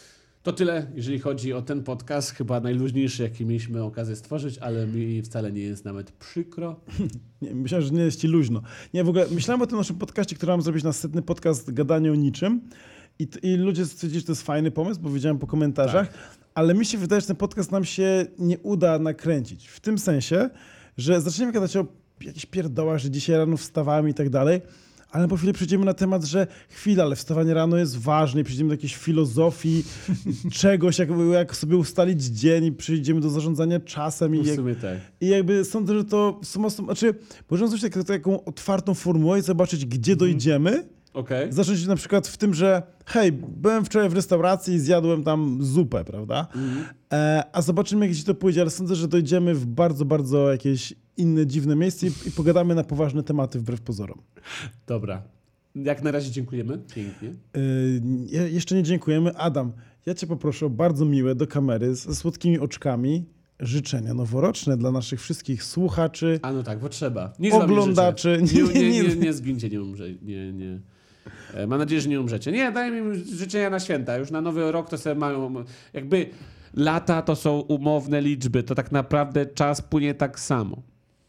To tyle, jeżeli chodzi o ten podcast. Chyba najluźniejszy, jaki mieliśmy okazję stworzyć, ale mi wcale nie jest nawet przykro. Nie, myślałem, że nie jest ci luźno. Nie, w ogóle myślałem o tym naszym podcaście, który mam zrobić na setny podcast Gadanie o niczym. I, t- I ludzie stwierdzili, że to jest fajny pomysł, bo widziałem po komentarzach, ale mi się wydaje, że ten podcast nam się nie uda nakręcić. W tym sensie, że zaczniemy gadać o jakichś pierdołach, że dzisiaj rano wstawałem i tak dalej, ale po chwili przejdziemy na temat, że chwila, ale wstawanie rano jest ważne i przejdziemy do jakiejś filozofii, czegoś, jak, jak sobie ustalić dzień i przejdziemy do zarządzania czasem i W jak, sumie tak. i jakby sądzę, że to suma sum, znaczy możemy zrobić tak, taką otwartą formułę i zobaczyć, gdzie dojdziemy. Okej. Zacząć na przykład w tym, że hej, byłem wczoraj w restauracji i zjadłem tam zupę, prawda? Mhm. E, a zobaczymy, jak ci to pójdzie, ale sądzę, że dojdziemy w bardzo, bardzo jakieś inne, dziwne miejsce i, i pogadamy na poważne tematy wbrew pozorom. Dobra. Jak na razie dziękujemy. Pięknie. E, je, jeszcze nie dziękujemy. Adam, ja cię poproszę o bardzo miłe do kamery ze słodkimi oczkami życzenia noworoczne dla naszych wszystkich słuchaczy, A no tak, bo trzeba. Nic wam oglądaczy. Nie, życzę. nie, nie, Nie, nie, nie zgincie, nie umrze. Nie, nie. E, Mam nadzieję, że nie umrzecie. Nie, daj mi życzenia na święta. Już na nowy rok to sobie mają... Jakby lata to są umowne liczby. To tak naprawdę czas płynie tak samo.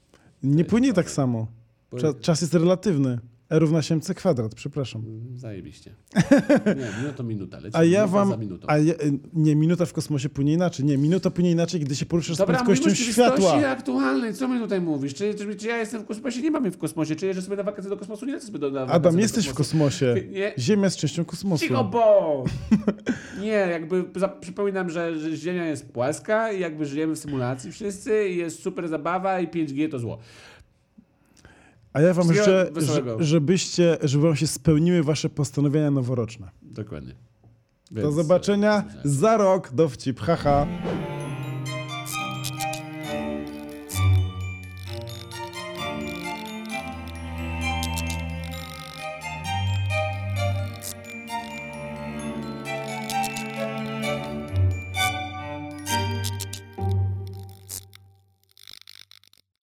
nie płynie tak samo. Czas, czas jest relatywny. E równa się mc kwadrat, przepraszam. Mm, Zajebiście. Nie, minuta, minuta. Leci A ja minuta wam. za minutą. A ja, nie, minuta w kosmosie płynie inaczej. Nie, minuta płynie inaczej, gdy się poruszasz z Dobra, prędkością mówimy o rzeczywistości światła. aktualnej. Co mi tutaj mówisz? Czy, czy, czy ja jestem w kosmosie? Nie mam mnie w kosmosie. Czy jeżdżę sobie na wakacje do kosmosu? Nie lecę sobie do, na wakacje Adam, do jesteś w kosmosie. Nie. Ziemia jest częścią kosmosu. Cicho, bo! Nie, jakby za, przypominam, że, że Ziemia jest płaska i jakby żyjemy w symulacji wszyscy i jest super zabawa i pięć G to zło. A ja wam Wszystkiego życzę, wesołego. że- żebyście, żeby wam się spełniły wasze postanowienia noworoczne. Dokładnie. Do Więc, zobaczenia e, za rok. Dowcip, haha.